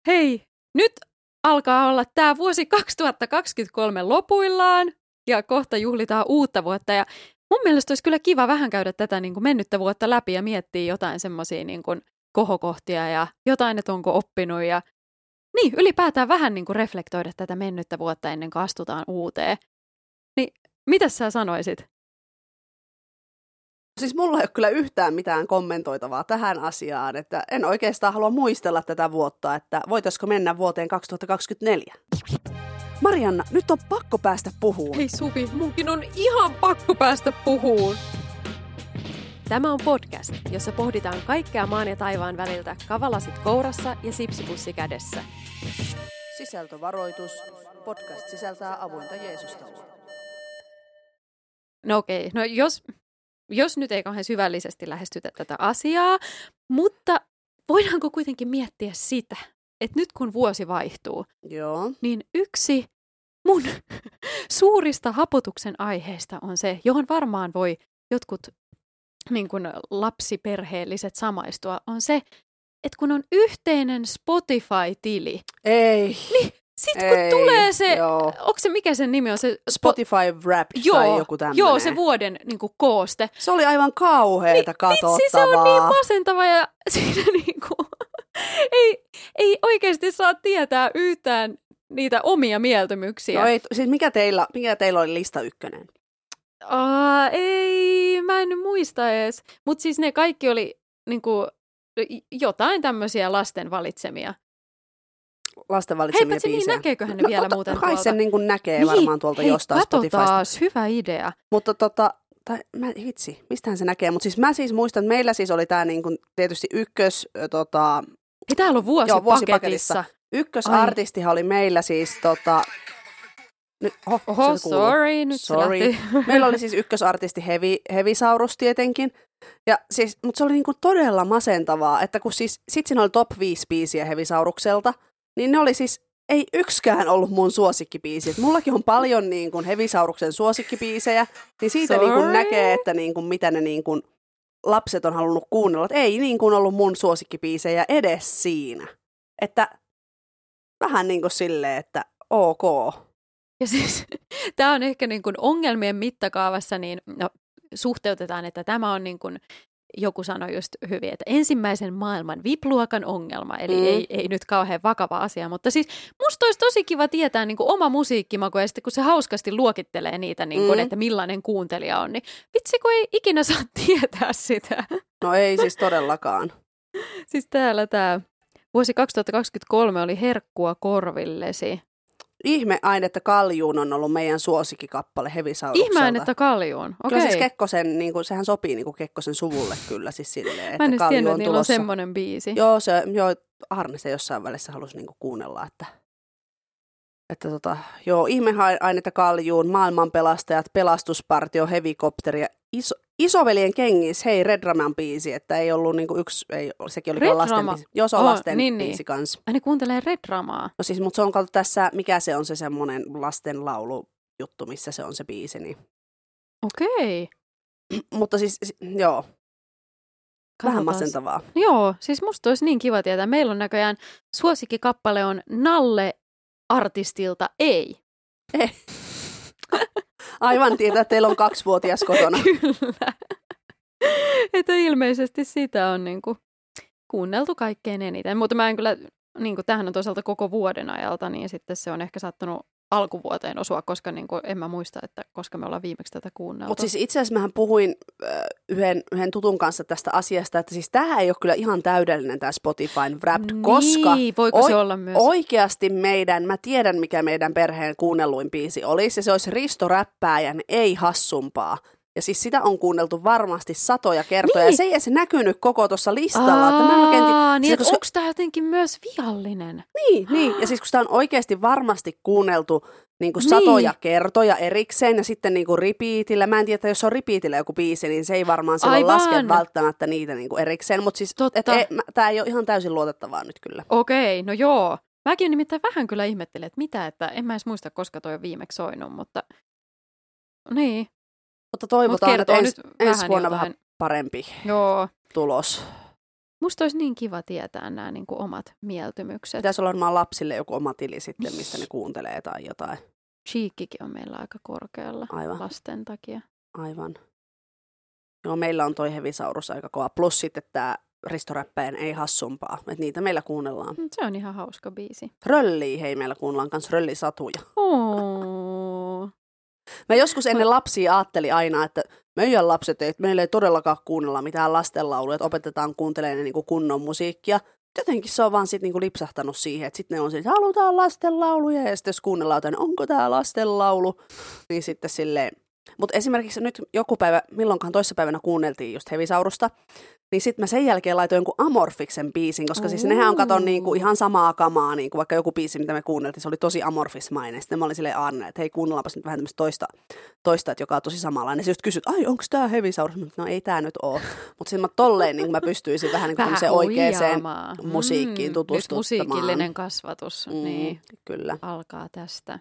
Hei, nyt alkaa olla tämä vuosi 2023 lopuillaan ja kohta juhlitaan uutta vuotta. Ja mun mielestä olisi kyllä kiva vähän käydä tätä niin kuin mennyttä vuotta läpi ja miettiä jotain semmoisia niin kuin kohokohtia ja jotain, että onko oppinut. Ja niin, ylipäätään vähän niin kuin reflektoida tätä mennyttä vuotta ennen kuin astutaan uuteen. Niin, mitä sä sanoisit? Siis mulla ei ole kyllä yhtään mitään kommentoitavaa tähän asiaan, että en oikeastaan halua muistella tätä vuotta, että voitaisiko mennä vuoteen 2024. Marianna, nyt on pakko päästä puhumaan. Hei Suvi, munkin on ihan pakko päästä puhumaan. Tämä on podcast, jossa pohditaan kaikkea maan ja taivaan väliltä kavalasit kourassa ja sipsipussi kädessä. Sisältövaroitus. Podcast sisältää avointa Jeesusta. No okei, no jos nyt ei kauhean syvällisesti lähestytä tätä asiaa, mutta voidaanko kuitenkin miettiä sitä, että nyt kun vuosi vaihtuu, Joo. niin yksi mun suurista hapotuksen aiheista on se, johon varmaan voi jotkut niin kuin lapsiperheelliset samaistua, on se, että kun on yhteinen Spotify-tili, Ei. niin sitten kun tulee se, joo. mikä sen nimi on? Se Spotify Wrapped tai joku tämmöinen. Joo, se vuoden niin kuin kooste. Se oli aivan kauheeta katsottavaa. Vitsi, se on niin masentava ja siinä niinku, ei oikeasti saa tietää yhtään niitä omia mieltymyksiä. No ei, siis mikä teillä oli lista ykkönen? Ei, mä en nyt muista edes. Mutta siis ne kaikki oli niinku, jotain tämmöisiä lasten valitsemia. Lasten valitsemia biisejä. Hei, niin näkeeköhän ne vielä muuten kai tuolta? Sen niin kuin näkee varmaan tuolta jostain Spotifysta. Katsotaas, hyvä idea. Mutta hitsi, mistähän se näkee? Mutta siis mä siis muistan, että meillä siis oli tää niin kuin tietysti Ei täällä on vuosipaketissa. Ykkösartistihan oli meillä siis Oho, sorry, nyt se lähti. Meillä oli siis ykkösartisti Hevisaurus tietenkin. Ja siis, mutta se oli niinku todella masentavaa, että kun siis sit siinä oli top 5 biisiä Hevisaurukselta, niin ne oli siis, ei yksikään ollut mun suosikkibiisi. Mullakin on paljon niin kuin Hevisauruksen suosikkibiisejä, niin siitä niin kuin näkee, että niin kuin mitä ne niin kuin lapset on halunnut kuunnella. Että ei niin kuin ollut mun suosikkibiisejä edes siinä. Että vähän niin kuin silleen, että ok. Ja siis tämä on ehkä niin kuin ongelmien mittakaavassa, niin suhteutetaan, että tämä on niin kuin joku sanoi just hyvin, että ensimmäisen maailman VIP-luokan ongelma, eli ei nyt kauhean vakava asia, mutta siis musta olisi tosi kiva tietää niin kuin oma musiikkimaku, ja sitten kun se hauskasti luokittelee niitä, niin kuin, että millainen kuuntelija on, niin vitsi kun ei ikinä saa tietää sitä. No ei siis todellakaan. Siis täällä tämä vuosi 2023 oli herkkua korvillesi. Ihmeainetta kaljuun on ollut meidän suosikkikappale Hevisaurukselta. Ihmeainetta kaljuun, okei. Kyllä siis Kekkosen, niin kuin, sehän sopii niin kuin Kekkosen suvulle kyllä siis silleen, mä en että tiennyt, on että niillä on semmoinen biisi. Joo, Arne se jossain välissä halusi niin kuin kuunnella, että ihmeainetta kaljuun, maailmanpelastajat, pelastuspartio, helikopteri ja isoveljen kengis, hei Red Raman biisi, että ei ollut niinku sekin oli lasten biisi. Joo, se on lasten biisi kanssa. Ne kuuntelee Red Ramaa. No siis, mutta se on tässä, mikä se on se semmoinen lasten laulujuttu, missä se on se biisi. Niin. Okei. Mutta siis, joo. Vähän masentavaa. Joo, siis musta olisi niin kiva tietää. Meillä on näköjään suosikkikappale on Nalle-artistilta Ei. Aivan tietää, että teillä on 2-vuotias kotona. Kyllä. Että ilmeisesti sitä on niinku kuunneltu kaikkein eniten. Mutta mä en kyllä, niinku, tämähän on toisaalta koko vuoden ajalta, niin sitten se on ehkä saattanut alkuvuoteen osua, koska niinku, en mä muista, että koska me ollaan viimeksi tätä kuunneltu. Mutta siis itse asiassa mähän puhuin yhden tutun kanssa tästä asiasta, että siis tämähän ei ole kyllä ihan täydellinen tämä Spotifyn Wrapped, koska voiko se olla myös? Oikeasti mä tiedän mikä meidän perheen kuunnelluin biisi olisi, ja se olisi Risto Räppääjän Ei hassumpaa. Ja siis sitä on kuunneltu varmasti satoja kertoja, ja se ei edes näkynyt koko tuossa listalla. Onko tämä jotenkin myös viallinen? Niin. Ja siis kun sitä on oikeasti varmasti kuunneltu niin kuin satoja kertoja erikseen, ja sitten niin kuin repeatillä. Mä en tiedä, että jos on repeatillä joku biisi, niin se ei varmaan silloin laske välttämättä niitä niin kuin erikseen. Mutta siis tämä ei ole ihan täysin luotettavaa nyt kyllä. Okei, no joo. Mäkin nimittäin vähän kyllä ihmettelin, että mitä, että en mä edes muista, koska toi on viimeksi soinut, mutta niin. Mutta toivotaan, että ensi vuonna vähän parempi tulos. Musta olisi niin kiva tietää nämä niin kuin omat mieltymykset. Pitäisi olla varmaan lapsille joku oma tili sitten, mistä ne kuuntelee tai jotain. Cheekkikin on meillä aika korkealla lasten takia. Aivan. Joo, meillä on toi Hevisaurus aika kova. Plus sitten tämä Risto Räppäjän Ei hassumpaa. Että niitä meillä kuunnellaan. Se on ihan hauska biisi. Rölliä, hei, meillä kuunnellaan myös röllisatuja. Mä joskus ennen lapsia ajattelin aina, että meidän lapset meillä ei todellakaan kuunnella mitään lastenlauluja, että opetetaan kuuntelemaan niin kunnon musiikkia. Jotenkin se on vaan sitten niin lipsahtanut siihen, että sitten ne on siis, halutaan lastenlauluja, ja sitten jos kuunnellaan jotain, onko tämä lastenlaulu, niin sitten silleen. Mutta esimerkiksi nyt joku päivä, milloinkaan toissapäivänä kuunneltiin just Hevisaurusta, niin sitten mä sen jälkeen laitoin jonkun Amorfiksen biisin, koska siis nehän on katon niinku ihan samaa kamaa, niinku vaikka joku biisi, mitä me kuunneltiin, se oli tosi amorfismainen. Sitten mä olin silleen Anne, että hei, kuunnellaanpas nyt vähän tämmöistä toista, että joka on tosi samanlainen. Se just kysyt, ai onko tää Hevisaurus? No ei tää nyt oo. Mutta sitten mä tolleen niin mä pystyisin vähän niin kuin oikeaan musiikkiin tutustuttamaan. Nyt musiikillinen kasvatus, niin kyllä. Alkaa tästä.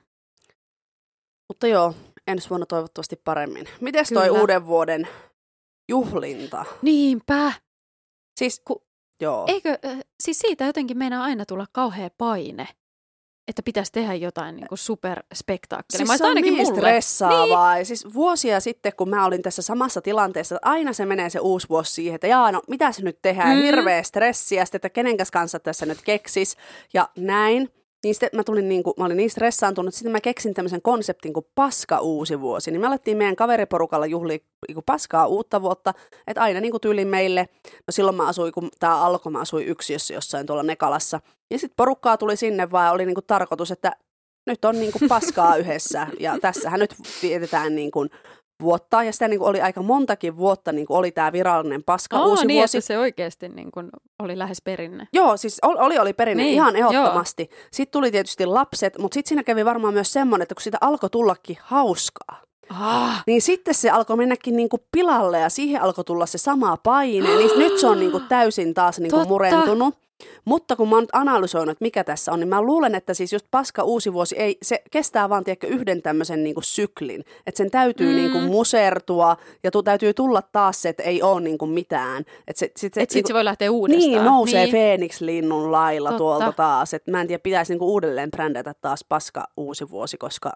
Mutta joo, ensi vuonna toivottavasti paremmin. Mites toi uuden vuoden juhlinta? Niinpä. Siis, joo. Eikö, siis siitä jotenkin meinaa aina tulla kauhea paine, että pitäisi tehdä jotain niin kuin superspektaakkelia. Siis se on niin stressaavaa. Niin. Siis vuosia sitten, kun mä olin tässä samassa tilanteessa, että aina se menee se uusi vuosi siihen, että no mitä se nyt tehdään, hirveä stressiä, sitten, että kenenkäs kanssa tässä nyt keksis ja näin. Niin sitten mä olin niin stressaantunut, sitten mä keksin tämmöisen konseptin kuin paska uusi vuosi. Niin me alettiin meidän kaveriporukalla juhlia paskaa uutta vuotta, että aina niin kuin tyyliin meille, no silloin kun tää alkoi, mä asuin yksiössä jossain tuolla Nekalassa. Ja sitten porukkaa tuli sinne vaan, oli niin kuin tarkoitus, että nyt on niin kuin paskaa yhdessä ja tässähän nyt vietetään niin kuin vuotta, ja sitä niin kuin oli aika montakin vuotta, niin kuin oli tämä virallinen paska uusi niin, vuosi. Että se oikeasti niin kuin oli lähes perinne. Joo, siis oli perinne niin, ihan ehdottomasti. Joo. Sitten tuli tietysti lapset, mutta sitten siinä kävi varmaan myös semmoinen, että kun siitä alkoi tullakin hauskaa, niin sitten se alkoi mennäkin niin kuin pilalle, ja siihen alkoi tulla se sama paine, niin nyt se on niin kuin täysin taas niin kuin murentunut. Mutta kun mä oon nyt analysoinut, että mikä tässä on, niin mä luulen, että siis just paska uusi vuosi, se kestää vaan yhden tämmöisen niinku syklin. Että sen täytyy niinku musertua ja täytyy tulla taas se, että ei ole niinku mitään. Että sitten se voi lähteä uudestaan. Niin, nousee Feeniks-linnun lailla tuolta taas. Että mä en tiedä, pitäisi niinku uudelleen brändätä taas paska uusi vuosi, koska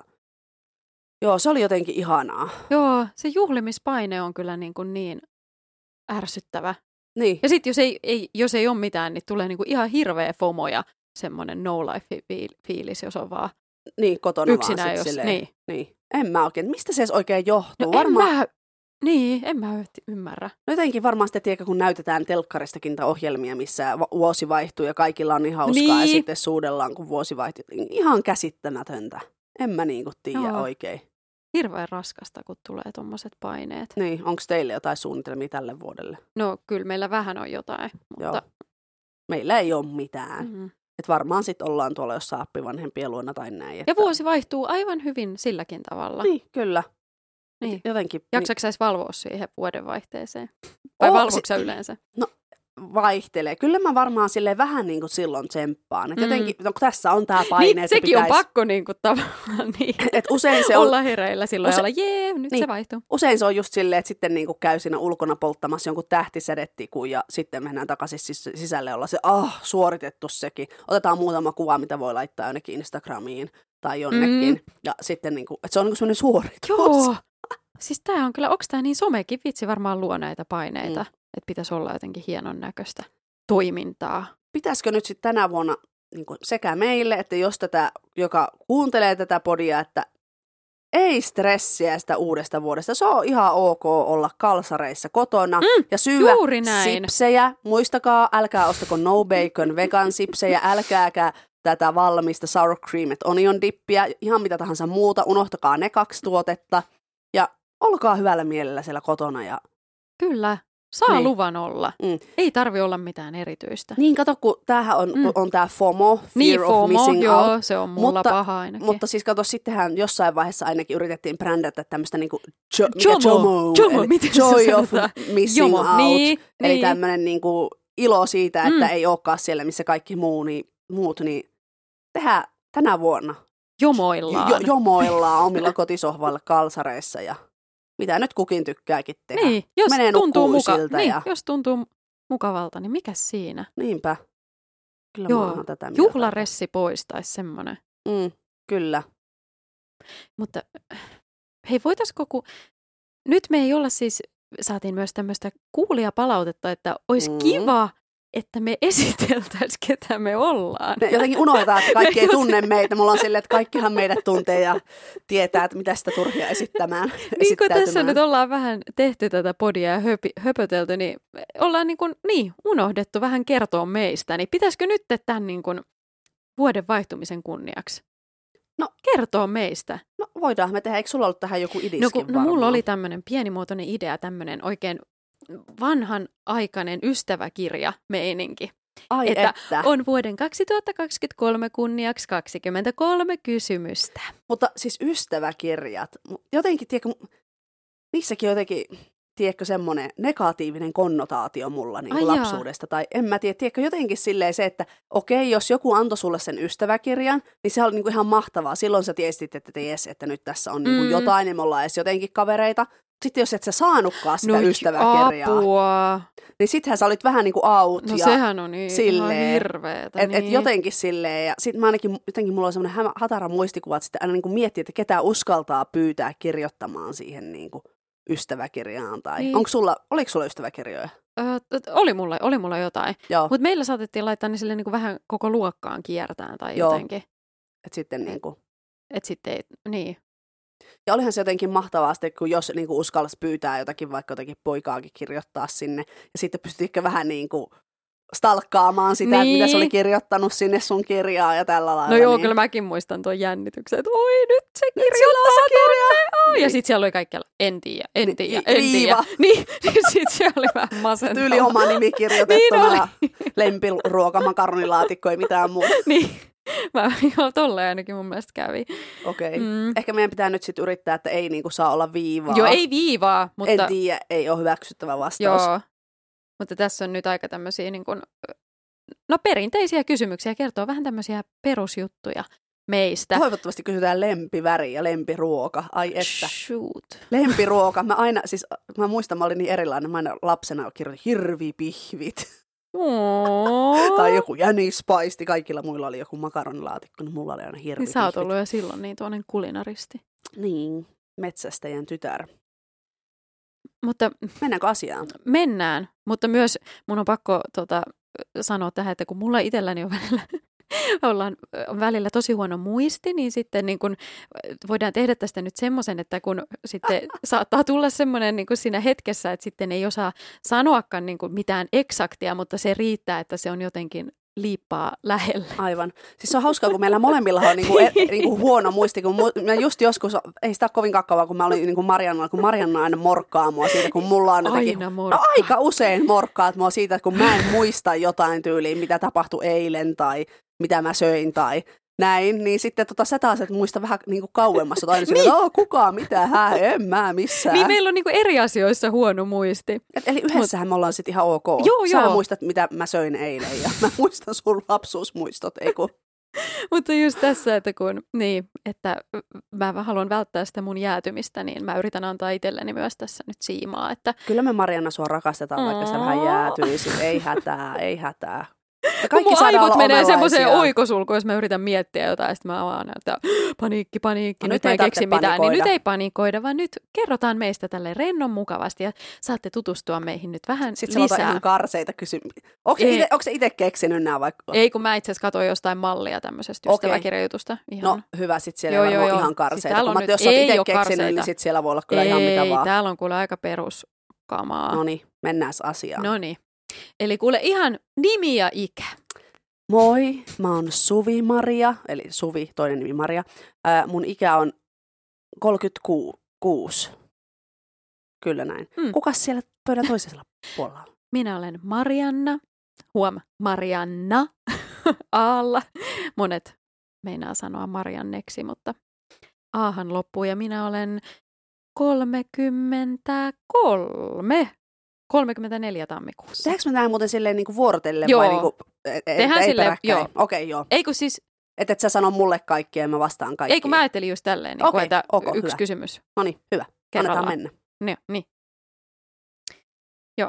joo, se oli jotenkin ihanaa. Joo, se juhlimispaine on kyllä niin ärsyttävä. Niin. Ja sitten jos ei ole mitään, niin tulee niinku ihan hirveä FOMO ja semmoinen no-life-fiilis, jos on vaan kotona yksinään. Vaan silleen. Niin. En mä oikein. Mistä se edes oikein johtuu? En mä ymmärrä. No jotenkin varmaan sitten tiedä, kun näytetään telkkaristakin ohjelmia, missä vuosi vaihtuu ja kaikilla on niin hauskaa ja sitten suudellaan, kun vuosi vaihtuu. Ihan käsittämätöntä. En mä niinku tiedä oikein. Hirveän raskasta, kun tulee tommoset paineet. Niin, onko teille jotain suunnitelmia tälle vuodelle? No kyllä meillä vähän on jotain, mutta joo. Meillä ei ole mitään. Mm-hmm. Et varmaan sitten ollaan tuolla jossain appivanhempien luona tai näin. Että... Ja vuosi vaihtuu aivan hyvin silläkin tavalla. Niin, kyllä. Niin. Jotenkin. Jaksatko sä edes valvoa siihen vuodenvaihteeseen? Vai valvoatko sä yleensä? No vaihtelee. Kyllä mä varmaan silleen vähän niin kuin silloin tsemppaan. Että jotenkin, no tässä on tää paine, niin, sekin pitäisi... on pakko niin kuin tavallaan niin. Et usein se on... olla hereillä silloin ja olla nyt niin. Se vaihtuu. Usein se on just silleen, että sitten niin kuin käy siinä ulkona polttamassa jonkun tähtisädetikun ja sitten mennään takaisin sisälle olla se, suoritettu sekin. Otetaan muutama kuva, mitä voi laittaa jonnekin Instagramiin tai jonnekin. Ja sitten niin kuin, että se on niin kuin semmoinen suoritus. Joo. Siis tää on kyllä, onko tää niin somekin vitsi varmaan luo näitä paineita, että pitäisi olla jotenkin hienon näköistä toimintaa. Pitäisikö nyt sitten tänä vuonna niin kuin sekä meille, että jos tätä, joka kuuntelee tätä podia, että ei stressiä sitä uudesta vuodesta. Se on ihan ok olla kalsareissa kotona ja syödä sipsejä. Muistakaa, älkää ostako no bacon vegan sipsejä, älkääkä tätä valmista sour cream and onion dippiä, ihan mitä tahansa muuta. Unohtakaa ne 2 tuotetta ja olkaa hyvällä mielellä siellä kotona. Ja... Kyllä. Saa luvan olla. Ei tarvi olla mitään erityistä. Niin, kato, kun tämähän on tämä FOMO, Fear of Missing joo, Out. Se on mulla paha ainakin. Mutta siis kato, sittenhän jossain vaiheessa ainakin yritettiin brändätä tämmöistä niinku Joy of Missing Out. Niin, eli tämmöinen niinku ilo siitä, että ei olekaan siellä, missä kaikki muut, niin tehdään tänä vuonna. Jomoillaan omilla kotisohvalla kalsareissa ja... Mitä nyt kukin tykkääkin tehdä. Niin, jos menee tuntuu siltä niin, ja... jos tuntuu mukavalta, niin mikäs siinä? Niinpä. Kyllä Joo, mä oon tätä mieltä. juhlaressi pois tai semmoinen. Kyllä. Mutta hei, voitaisko, nyt me ei olla siis, saatiin myös tämmöistä kuulijapalautetta, että olisi kiva, että me esiteltäisiin, ketä me ollaan. Ne jotenkin unohdetaan, että kaikki ei tunne meitä. Mulla on silleen, että kaikkihan meidät tuntee ja tietää, että mitä sitä turhia esittämään. Niin kun tässä nyt ollaan vähän tehty tätä podia ja höpötelty, niin ollaan unohdettu vähän kertoa meistä. Niin pitäisikö nyt tämän vuoden vaihtumisen kunniaksi kertoa meistä? No voidaan me tehdä. Eikö sulla ollut tähän joku idiskin No mulla oli tämmöinen pienimuotoinen idea, tämmöinen oikein vanhan aikainen ystäväkirja-meininki. Ai että. On vuoden 2023 kunniaksi 23 kysymystä. Mutta siis ystäväkirjat, jotenkin, tiedätkö, niissäkin jotenkin, tiedätkö, semmoinen negatiivinen konnotaatio mulla niin kuin lapsuudesta. Tai en mä tiedätkö, jotenkin silleen se, että okei, jos joku antoi sulle sen ystäväkirjan, niin se oli niin kuin ihan mahtavaa. Silloin sä tiesit, että nyt tässä on niin kuin jotain, ja me ollaan edes jotenkin kavereita. Sitten jos et sä saanutkaan sitä ystäväkirjaa, niin sittenhän sä olit vähän niin kuin out. No sehän on ihan hirveetä. Et jotenkin silleen, ja sitten mä ainakin, jotenkin mulla on semmoinen hatara muistikuva, että sitten aina niin kuin miettii, että ketä uskaltaa pyytää kirjoittamaan siihen niin kuin ystäväkirjaan. Tai niin. Oliko sulla ystäväkirjoja? Oli mulla jotain. Mutta meillä saatettiin laittaa ne sille niin kuin vähän koko luokkaan kiertään tai jotenkin. Että sitten niin kuin. Että sitten niin. Ja olihan se jotenkin mahtavaa, kun jos niin kuin uskalsi pyytää jotakin, vaikka jotakin poikaakin kirjoittaa sinne. Ja sitten pystytkö vähän niin kuin stalkkaamaan sitä, että mitä se oli kirjoittanut sinne sun kirjaan ja tällä lailla. No joo, kyllä mäkin muistan tuon jännityksen, että oi nyt se kirjoittaa tonne. Ja sitten siellä oli kaikkialla, en tiedä. Niin, sitten siellä oli vähän masentavaa. Tyyli oma nimi kirjoitettuna, lempiruoka, makaronilaatikko, ei mitään muuta. Niin. Tolleen ainakin mun mielestä kävi. Okei. Ehkä meidän pitää nyt sitten yrittää, että ei niinku saa olla viivaa. Joo, ei viivaa, mutta. En tiedä, ei ole hyväksyttävä vastaus. Joo, mutta tässä on nyt aika tämmöisiä perinteisiä kysymyksiä, kertoo vähän tämmöisiä perusjuttuja meistä. Toivottavasti kysytään lempiväri ja lempiruoka. Ai että. Shoot. Lempiruoka. Mä muistan, mä olin niin erilainen. Mä aina lapsena kirjoitin hirvipihvit. Tai joku jänispaisti. Kaikilla muilla oli joku makaronilaatikko, niin mulla oli aina hirvipihvit. Niin sä oot ollut jo silloin niin tuonen kulinaristi. Niin, metsästäjän tytär. Mutta mennäänkö asiaan? Mennään, mutta myös mun on pakko sanoa tähän, että kun mulla itselläni on välillä tosi huono muisti, niin sitten niin kun voidaan tehdä tästä nyt semmoisen, että kun sitten saattaa tulla semmoinen niin kun siinä hetkessä, että sitten ei osaa sanoakaan niin kun mitään eksaktia, mutta se riittää, että se on jotenkin liippaa lähellä. Aivan. Siis se on hauskaa, kun meillä molemmilla on niinku huono muisti, kun mä just joskus, ei sitä ole kovin kauan, kun mä olin niinku Mariannalla, kun Marianna aina morkkaa mua siitä, kun mulla on jotenkin, aika usein morkkaat mua siitä, kun mä en muista jotain tyyliä, mitä tapahtui eilen tai mitä mä söin tai näin, niin sitten sä taas et muista vähän niinku kauemmassa. Tai aina että kuka, mitä, en mä missään. Niin meillä on niinku eri asioissa huono muisti. Eli yhdessähän me ollaan sitten ihan ok. Sä muistat, mitä mä söin eilen ja mä muistan sun lapsuusmuistot, ei kun. Mutta just tässä, että mä haluan välttää sitä mun jäätymistä, niin mä yritän antaa itselleni myös tässä nyt siimaa. Että kyllä me Marianna sua rakastetaan, vaikka sä vähän jäätyisit. Ei hätää. Kun mun aivot menee semmoiseen oikosulkuun, jos mä yritän miettiä jotain, ja sitten mä avaan, että paniikki, nyt mä en keksi mitään. Niin nyt ei panikoida, vaan nyt kerrotaan meistä tälleen rennon mukavasti, ja saatte tutustua meihin nyt vähän sitten lisää. Sitten ihan karseita kysymyksiä. Onko se itse keksinyt nämä vaikka? Ei, kun mä itse asiassa katsoin jostain mallia tämmöisestä ystäväkirjajutusta. No hyvä, sitten siellä ei ole ihan karseita. Siis jos olet itse keksinyt, niin sitten siellä voi olla kyllä ihan mitä vaan. Ei, täällä on kuule aika peruskamaa. Noniin, mennään asiaan. Noniin. Eli kuule ihan nimi ja ikä. Moi, mä oon Suvi Maria, eli Suvi, toinen nimi Maria. Mun ikä on 36. Kyllä näin. Kukas siellä pöydän toisella puolella? Minä olen Marianna. Marianna Aalla. Monet meinaa sanoa Marianneksi, mutta Aahan loppuu ja minä olen 34 tammikuussa. Tehdäänkö me tähän muuten silleen niin kuin vuorotellen joo. vai niin kuin, tehdään silleen, joo. Okei, joo. Ei kun siis. Että et sä sano mulle kaikkia ja mä vastaan kaikkia. Ei kun mä ajattelin just tälleen, niin että yksi hyvä kysymys. Noniin, hyvä. Annetaan mennä. Niin. Joo.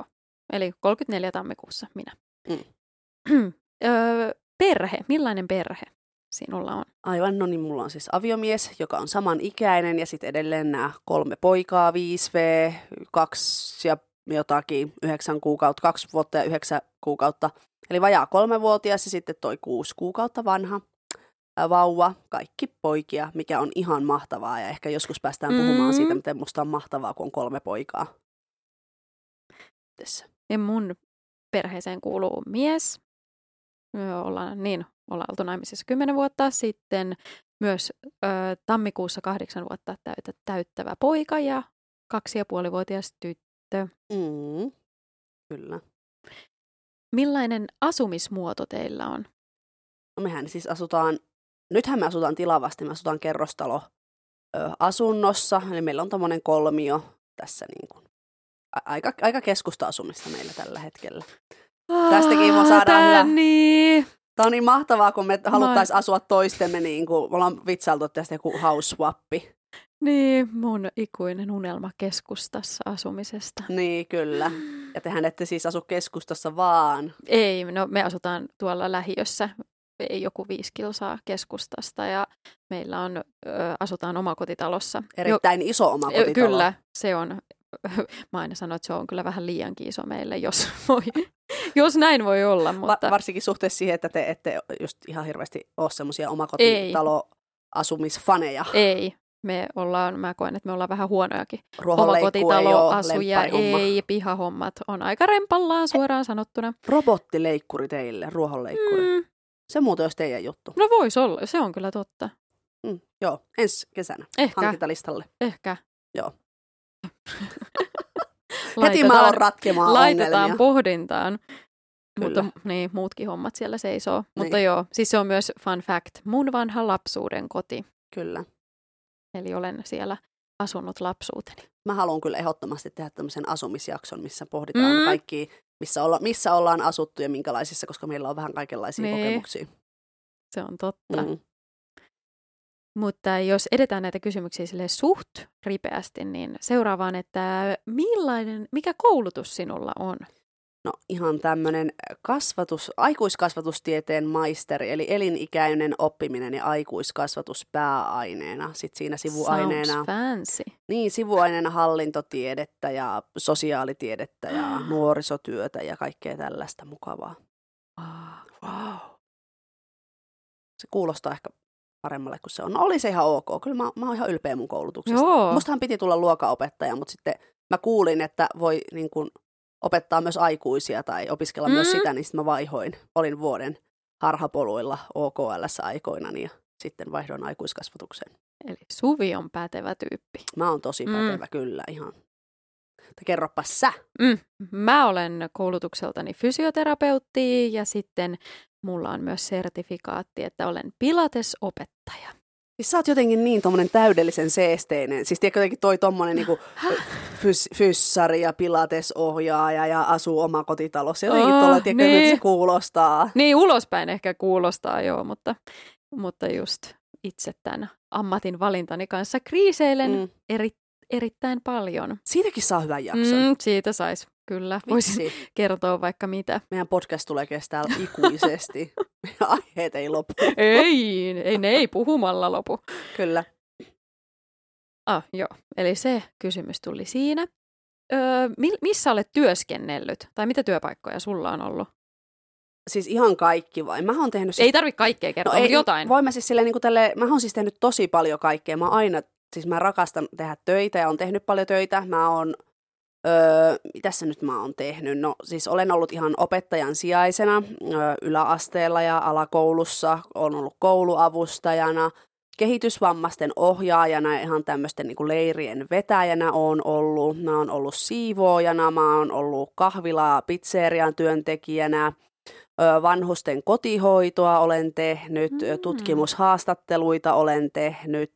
eli 34 tammikuussa minä. Mm. Perhe, millainen perhe sinulla on? Aivan, no niin, mulla on siis aviomies, joka on samanikäinen ja sitten edelleen nämä 3 poikaa, 5V, 2 ja jotakin 9 kuukautta, 2 vuotta ja 9 kuukautta. Eli vajaa 3-vuotias ja sitten toi 6 kuukautta vanha vauva, kaikki poikia, mikä on ihan mahtavaa. Ja ehkä joskus päästään puhumaan siitä, miten musta on mahtavaa, kun on 3 poikaa. Tässä. Ja mun perheeseen kuuluu mies. Ollaan oltu naimisissa 10 vuotta. Sitten myös tammikuussa 8 vuotta täyttävä poika ja 2,5-vuotias tyttö. Kyllä. Millainen asumismuoto teillä on? No mehän siis nythän me asutaan tilavasti, me asutaan kerrostalo asunnossa, eli meillä on tommonen kolmio tässä niin kuin, aika keskusta-asumista meillä tällä hetkellä. Tästäkin me saadaan hyvä. Niin. Tämä on niin mahtavaa, kun me haluttaisiin asua toistemme, niin kuin me ollaan vitsailtu tästä joku housewappi. Niin, mun ikuinen unelma keskustassa asumisesta. Niin, kyllä. Ja tehän ette siis asu keskustassa vaan. Ei, no me asutaan tuolla lähiössä, ei joku 5 kilsaa keskustasta ja meillä on, asutaan omakotitalossa. Erittäin iso omakotitalo. Kyllä, se on. Mä aina sanon, että se on kyllä vähän liiankin iso meille, jos näin voi olla. Mutta varsinkin suhteessa siihen, että te ette just ihan hirveästi ole semmoisia omakotitaloasumisfaneja. Ei. Mä koen, että me ollaan vähän huonojakin omakotitaloasuja. Ei, pihahommat on aika rempallaan suoraan sanottuna. Robottileikkuri teille, ruohonleikkuri. Se muuten olisi teidän juttu. No voisi olla, se on kyllä totta. Joo, ensi kesänä hankintalistalle. Ehkä. Joo. Heti mä aloin ratkemaan laitetaan ongelmia. Pohdintaan. Kyllä. Mutta niin, muutkin hommat siellä seisoo. Niin. Mutta joo, siis se on myös fun fact. Mun vanha lapsuuden koti. Kyllä. Eli olen siellä asunut lapsuuteni. Mä haluan kyllä ehdottomasti tehdä tämmöisen asumisjakson, missä pohditaan kaikki, missä ollaan asuttu ja minkälaisissa, koska meillä on vähän kaikenlaisia kokemuksia. Se on totta. Mutta jos edetään näitä kysymyksiä suht ripeästi, niin seuraavaan, että mikä koulutus sinulla on? No ihan tämmöinen aikuiskasvatustieteen maisteri, eli elinikäinen oppiminen ja aikuiskasvatus pääaineena. Sitten siinä sivuaineena. Sounds fancy. Niin, sivuaineena hallintotiedettä ja sosiaalitiedettä ja nuorisotyötä ja kaikkea tällaista mukavaa. Wow. Se kuulostaa ehkä paremmalle kuin se on. No oli se ihan ok. Kyllä mä oon ihan ylpeä mun koulutuksesta. Joo. Mustahan piti tulla luokanopettaja, mutta sitten mä kuulin, että voi niin kuin opettaa myös aikuisia tai opiskella myös sitä, niin sitten mä vaihoin. Olin vuoden harhapoluilla OKL:ssä aikoinani ja sitten vaihdoin aikuiskasvatukseen. Eli Suvi on pätevä tyyppi. Mä oon tosi pätevä kyllä ihan. Kerropa sä. Mä olen koulutukseltani fysioterapeutti ja sitten mulla on myös sertifikaatti, että olen pilatesopettaja. Siis sä oot jotenkin niin tommonen täydellisen seesteinen. Siis tiedätkö jotenkin toi tommonen niinku fyssari ja pilatesohjaaja ja asuu omakotitalossa. Jotenkin tuolla, tiedätkö, niin. Se kuulostaa. Niin, ulospäin ehkä kuulostaa, joo, mutta just itse tämän ammatin valintani kanssa kriiseilen erittäin paljon. Siitäkin saa hyvän jakson. Siitä sais, kyllä. Voisin kertoa vaikka mitä. Meidän podcast tulee kestää ikuisesti. Meidän aiheet ei lopu. Ei, ne ei puhumalla lopu. Kyllä. Joo, eli se kysymys tuli siinä. Missä olet työskennellyt? Tai mitä työpaikkoja sulla on ollut? Siis ihan kaikki vai? Mä oon tehnyt... Ei tarvitse kaikkea kertoa, mutta jotain. Voin mä siis silleen, mä oon siis tehnyt tosi paljon kaikkea. Mä rakastan tehdä töitä ja oon tehnyt paljon töitä. Mä oon, mitäs nyt mä oon tehnyt? No siis olen ollut ihan opettajan sijaisena yläasteella ja alakoulussa. Olen ollut kouluavustajana, kehitysvammaisten ohjaajana ja ihan tämmöisten niin kuin leirien vetäjänä oon ollut. Mä oon ollut siivoojana, mä oon ollut kahvilaa, pizzerian työntekijänä. Vanhusten kotihoitoa olen tehnyt, tutkimushaastatteluita olen tehnyt,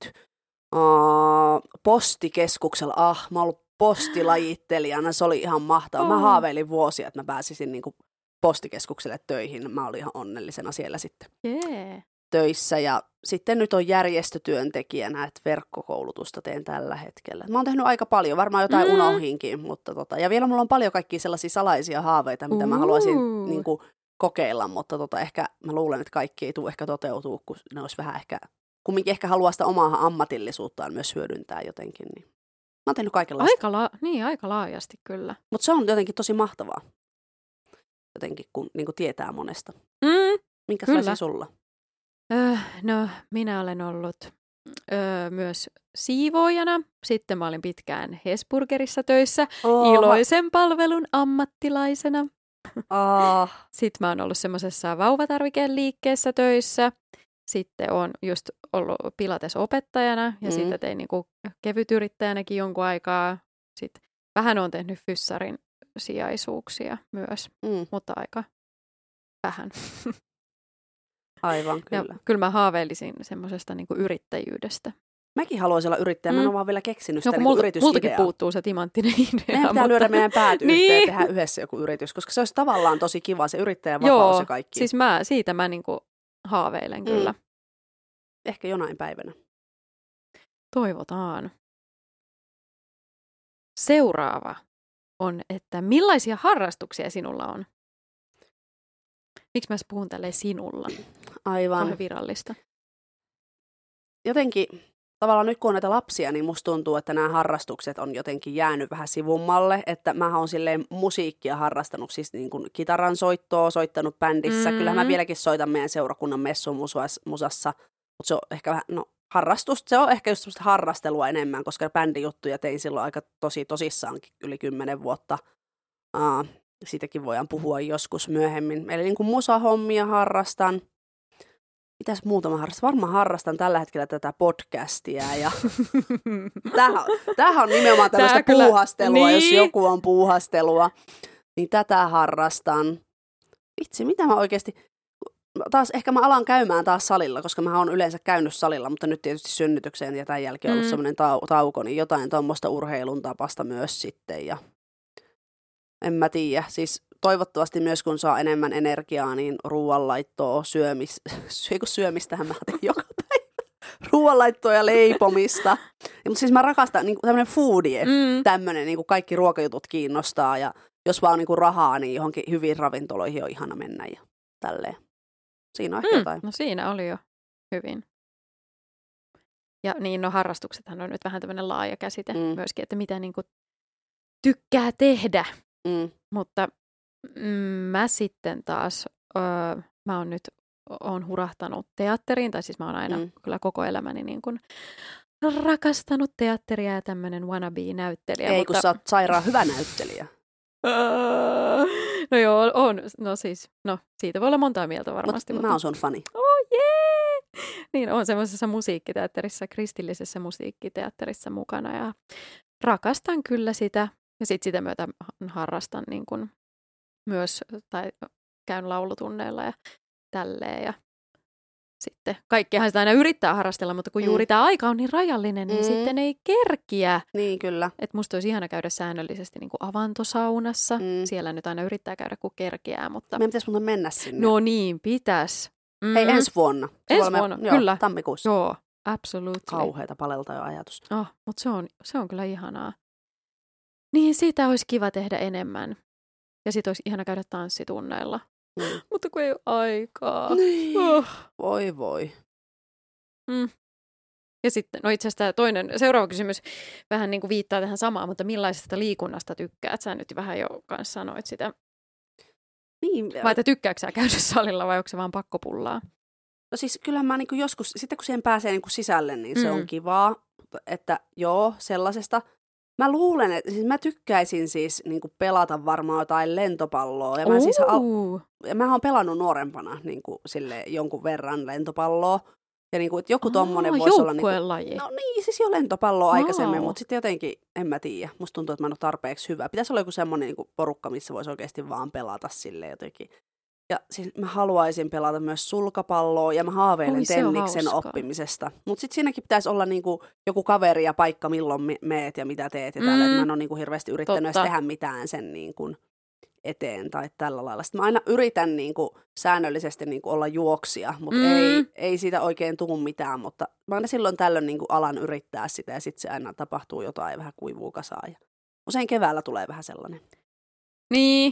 postikeskuksella, mä oon ollut postilajittelijana, se oli ihan mahtavaa. Mä haaveilin vuosia, että mä pääsisin niin kuin postikeskukselle töihin, mä olin ihan onnellisena siellä sitten. töissä ja sitten nyt on järjestötyöntekijänä, että verkkokoulutusta teen tällä hetkellä. Mä oon tehnyt aika paljon, varmaan jotain unohinkin, mutta ja vielä mulla on paljon kaikkia sellaisia salaisia haaveita, mitä mä haluaisin niin kuin kokeilla, mutta ehkä mä luulen, että kaikki ei tule ehkä toteutuu, kun ne olisi vähän ehkä, kumminkin ehkä haluaa sitä omaa ammatillisuuttaan myös hyödyntää jotenkin. Niin. Mä oon tehnyt kaikenlaista. Aika laajasti kyllä. Mutta se on jotenkin tosi mahtavaa, jotenkin kun niin kuin tietää monesta. Minkälaisia sulla? No, minä olen ollut myös siivoojana. Sitten mä olin pitkään Hesburgerissa töissä iloisen palvelun ammattilaisena. Sitten mä oon ollut semmoisessa vauvatarvikeliikkeessä töissä. Sitten oon just ollut pilatesopettajana ja sitten tein niinku kevytyrittäjänäkin jonkun aikaa. Sitten vähän oon tehnyt fyssarin sijaisuuksia myös, mutta aika vähän. Aivan, kyllä. Ja kyllä mä haaveilisin semmoisesta niinku yrittäjyydestä. Mäkin haluaisin olla yrittäjä, mä en ole vaan vielä keksinyt sitä niinku yritysideaa. Multakin puuttuu se timanttinen idea. Meidän pitää lyödä meidän päät yhteen ja tehdä yhdessä joku yritys, koska se olisi tavallaan tosi kiva, se yrittäjän vapaus ja kaikki. Siis siitä mä niinku haaveilen kyllä. Ehkä jonain päivänä. Toivotaan. Seuraava on, että millaisia harrastuksia sinulla on? Miksi mä puhun tälleen sinulla? Aivan. On virallista. Jotenkin, tavallaan nyt kun on näitä lapsia, niin musta tuntuu, että nämä harrastukset on jotenkin jäänyt vähän sivummalle. Että mä oon silleen musiikkia harrastanut, siis niin kuin kitaran soittoa, soittanut bändissä. Kyllähän mä vieläkin soitan meidän seurakunnan messumusassa, mutta se on ehkä vähän, harrastus, se on ehkä just semmoista harrastelua enemmän, koska bändijuttuja tein silloin aika tosissaankin yli 10 vuotta. Siitäkin voidaan puhua joskus myöhemmin. Eli niin kuin musahommia harrastan. Mitäs muuta mä harrastan? Varmaan harrastan tällä hetkellä tätä podcastia. Ja tämähän on nimenomaan tällaista puuhastelua, niin. Jos joku on puuhastelua. Niin tätä harrastan. Vitsi, mitä mä oikeasti... Taas ehkä mä alan käymään taas salilla, koska mä oon yleensä käynyt salilla, mutta nyt tietysti synnytykseen ja tämän jälkeen on ollut semmoinen tauko, niin jotain tuommoista urheilun tapasta myös sitten. Ja en mä tiedä, siis toivottavasti myös kun saa enemmän energiaa, niin ruoanlaittoa, syömistähän mä teen joka päivä. Ruoanlaittoa ja leipomista. Mutta siis mä rakastan niin tämmöinen foodie, tämmöinen niin kaikki ruokajutut kiinnostaa ja jos vaan on niin rahaa, niin johonkin hyviin ravintoloihin on ihana mennä ja tälleen. Siinä on ehkä jotain. No siinä oli jo hyvin. Ja niin, no harrastuksethan on nyt vähän tämmöinen laaja käsite myöskin, että mitä niin kuin tykkää tehdä. Mutta mä sitten taas, mä oon nyt hurahtanut teatteriin, tai siis mä oon aina kyllä koko elämäni niin kuin rakastanut teatteria ja tämmöinen wannabe-näyttelijä. Ei, kun sä oot sairaan hyvä näyttelijä. No joo, on. No siis, siitä voi olla montaa mieltä varmasti. Mutta mä oon sun fani. Oh jee! Niin, on semmoisessa musiikkiteatterissa, kristillisessä musiikkiteatterissa mukana ja rakastan kyllä sitä. Ja sitten sitä myötä harrastan niin kun myös, tai käyn laulutunneilla ja tälleen. Ja sitten kaikkiahan sitä aina yrittää harrastella, mutta kun juuri tämä aika on niin rajallinen, niin sitten ei kerkiä. Niin, kyllä. Että musta olisi ihana käydä säännöllisesti niin kuin avantosaunassa. Siellä nyt aina yrittää käydä, kun kerkiää. Mutta... Meidän pitäisi muuten mennä sinne. No niin, pitäisi. Hei, ensi vuonna. Ensi vuonna, kyllä. Tammikuussa. Joo, absolutely. Kauheata palelta jo ajatus. Mutta se on kyllä ihanaa. Niin, siitä olisi kiva tehdä enemmän. Ja sitten olisi ihana käydä tanssitunneilla. Mutta kun ei ole aikaa. Niin. Voi. Ja sitten, no itse asiassa seuraava kysymys vähän niin kuin viittaa tähän samaan, mutta millaisesta liikunnasta tykkäät? Sä nyt vähän jo kanssa sanoit sitä. Niin. Vai että tykkääkö sä käydä salilla vai onko se vaan pakkopullaa? No siis kyllä mä niin kuin joskus, sitten kun siihen pääsee niin kuin sisälle, niin se on kivaa. Että joo, sellaisesta. Mä luulen, että siis mä tykkäisin siis niin kuin pelata varmaan jotain lentopalloa. Ja mä oon pelannut nuorempana niin kuin sille jonkun verran lentopalloa. Ja niin kuin, että joku tommonen voisi olla... Joukkuelaji. No niin, siis jo lentopalloa aikaisemmin, mutta sitten jotenkin, en mä tiedä. Musta tuntuu, että mä en ole tarpeeksi hyvä. Pitäisi olla joku semmoinen niin kuin porukka, missä voisi oikeasti vaan pelata silleen jotenkin. Ja siis mä haluaisin pelata myös sulkapalloa ja mä haaveilen tenniksen oppimisesta. Mutta sitten siinäkin pitäisi olla niinku joku kaveri ja paikka, milloin meet ja mitä teet ja tällä. Mä en ole niinku hirveästi yrittänyt edes tehdä mitään sen niinku eteen tai tällä lailla. Sitten mä aina yritän niin kuin säännöllisesti niin kuin olla juoksija, mutta ei siitä oikein tule mitään, mutta mä aina silloin tällöin niin kuin alan yrittää sitä ja sitten se aina tapahtuu jotain ja vähän kuivuu kasaan. Ja usein keväällä tulee vähän sellainen. Niin.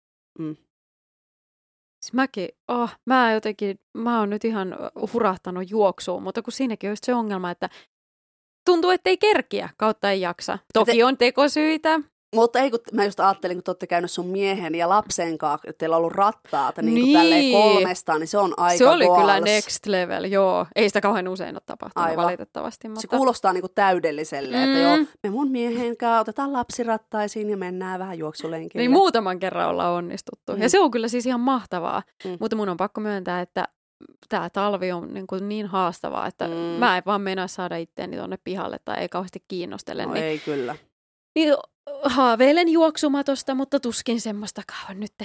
Mä oon nyt ihan hurahtanut juoksuun, mutta kun siinäkin on just se ongelma, että tuntuu, että ei kerkiä kautta ei jaksa. Toki on tekosyitä. Mutta ei, kun mä just ajattelin, kun te olette käynyt sun miehen ja lapsen kanssa, että teillä on ollut rattaata niin kuin tälleen 3, niin se on aika Se oli goals. kyllä next level, joo. Ei sitä kauhean usein ole tapahtunut Aivan. valitettavasti. Mutta... Se kuulostaa niin kuin täydelliselle, että joo, me mun miehen kanssa otetaan lapsirattaisiin ja mennään vähän juoksulenkille. Niin muutaman kerran ollaan onnistuttu. Ja se on kyllä siis ihan mahtavaa. Mutta mun on pakko myöntää, että tämä talvi on niin haastavaa, että mä en vaan mennä saada itteeni tuonne pihalle tai ei kauheasti kiinnostele. No niin, ei kyllä. Niin haaveilen juoksumatosta, mutta tuskin semmoistakaan on nyt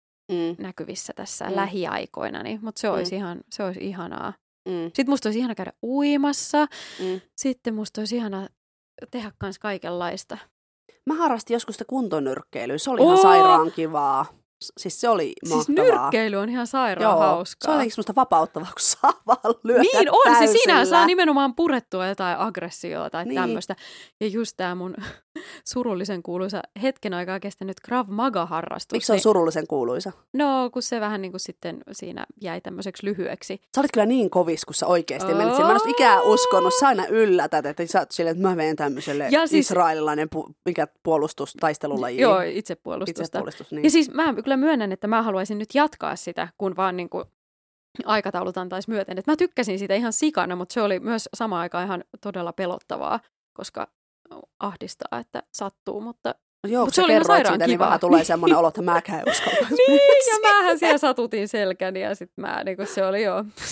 näkyvissä tässä lähiaikoina. Mutta se olisi ihanaa. Sitten musta olisi ihana käydä uimassa. Sitten musta olisi ihana tehdä kans kaikenlaista. Mä harrastin joskus sitä kuntonyrkkeilyä. Se oli ihan sairaan kivaa. Siis se oli mahtavaa. Siis nyrkkeily on ihan sairaan hauskaa. Se on jotenkin semmoista vapauttavaa, kun saa vaan lyödä niin on, täysillä. siis siinähän saa nimenomaan purettua jotain aggressiota tai tämmöistä. Ja just tää mun surullisen kuuluisa hetken aikaa kestänyt Krav Maga-harrastus. Miksi se on surullisen kuuluisa? No, kun se vähän niin kuin sitten siinä jäi tämmöiseksi lyhyeksi. Sä olit kyllä niin kovis, kun sä oikeasti menit sinne. Mä en olisi ikään uskonut. Sä aina yllätät, että sä oot silleen, että mä menen tämmöiselle siis, israelilainen taistelulajiin. Joo, itsepuolustusta. Niin. Ja siis mä kyllä myönnän, että mä haluaisin nyt jatkaa sitä, kun vaan niin kuin aikataulut antaisi myöten. Että mä tykkäsin siitä ihan sikana, mutta se oli myös samaan aikaan ihan todella pelottavaa, koska ahdistaa, että sattuu, mutta joo, kun se oli kerroit sairaan siitä, kiva. niin vähän tulee semmoinen olo, että mäkään ei uskaltaisi. Niin, ja mähän siellä satutin selkäni ja sitten mä, niin se oli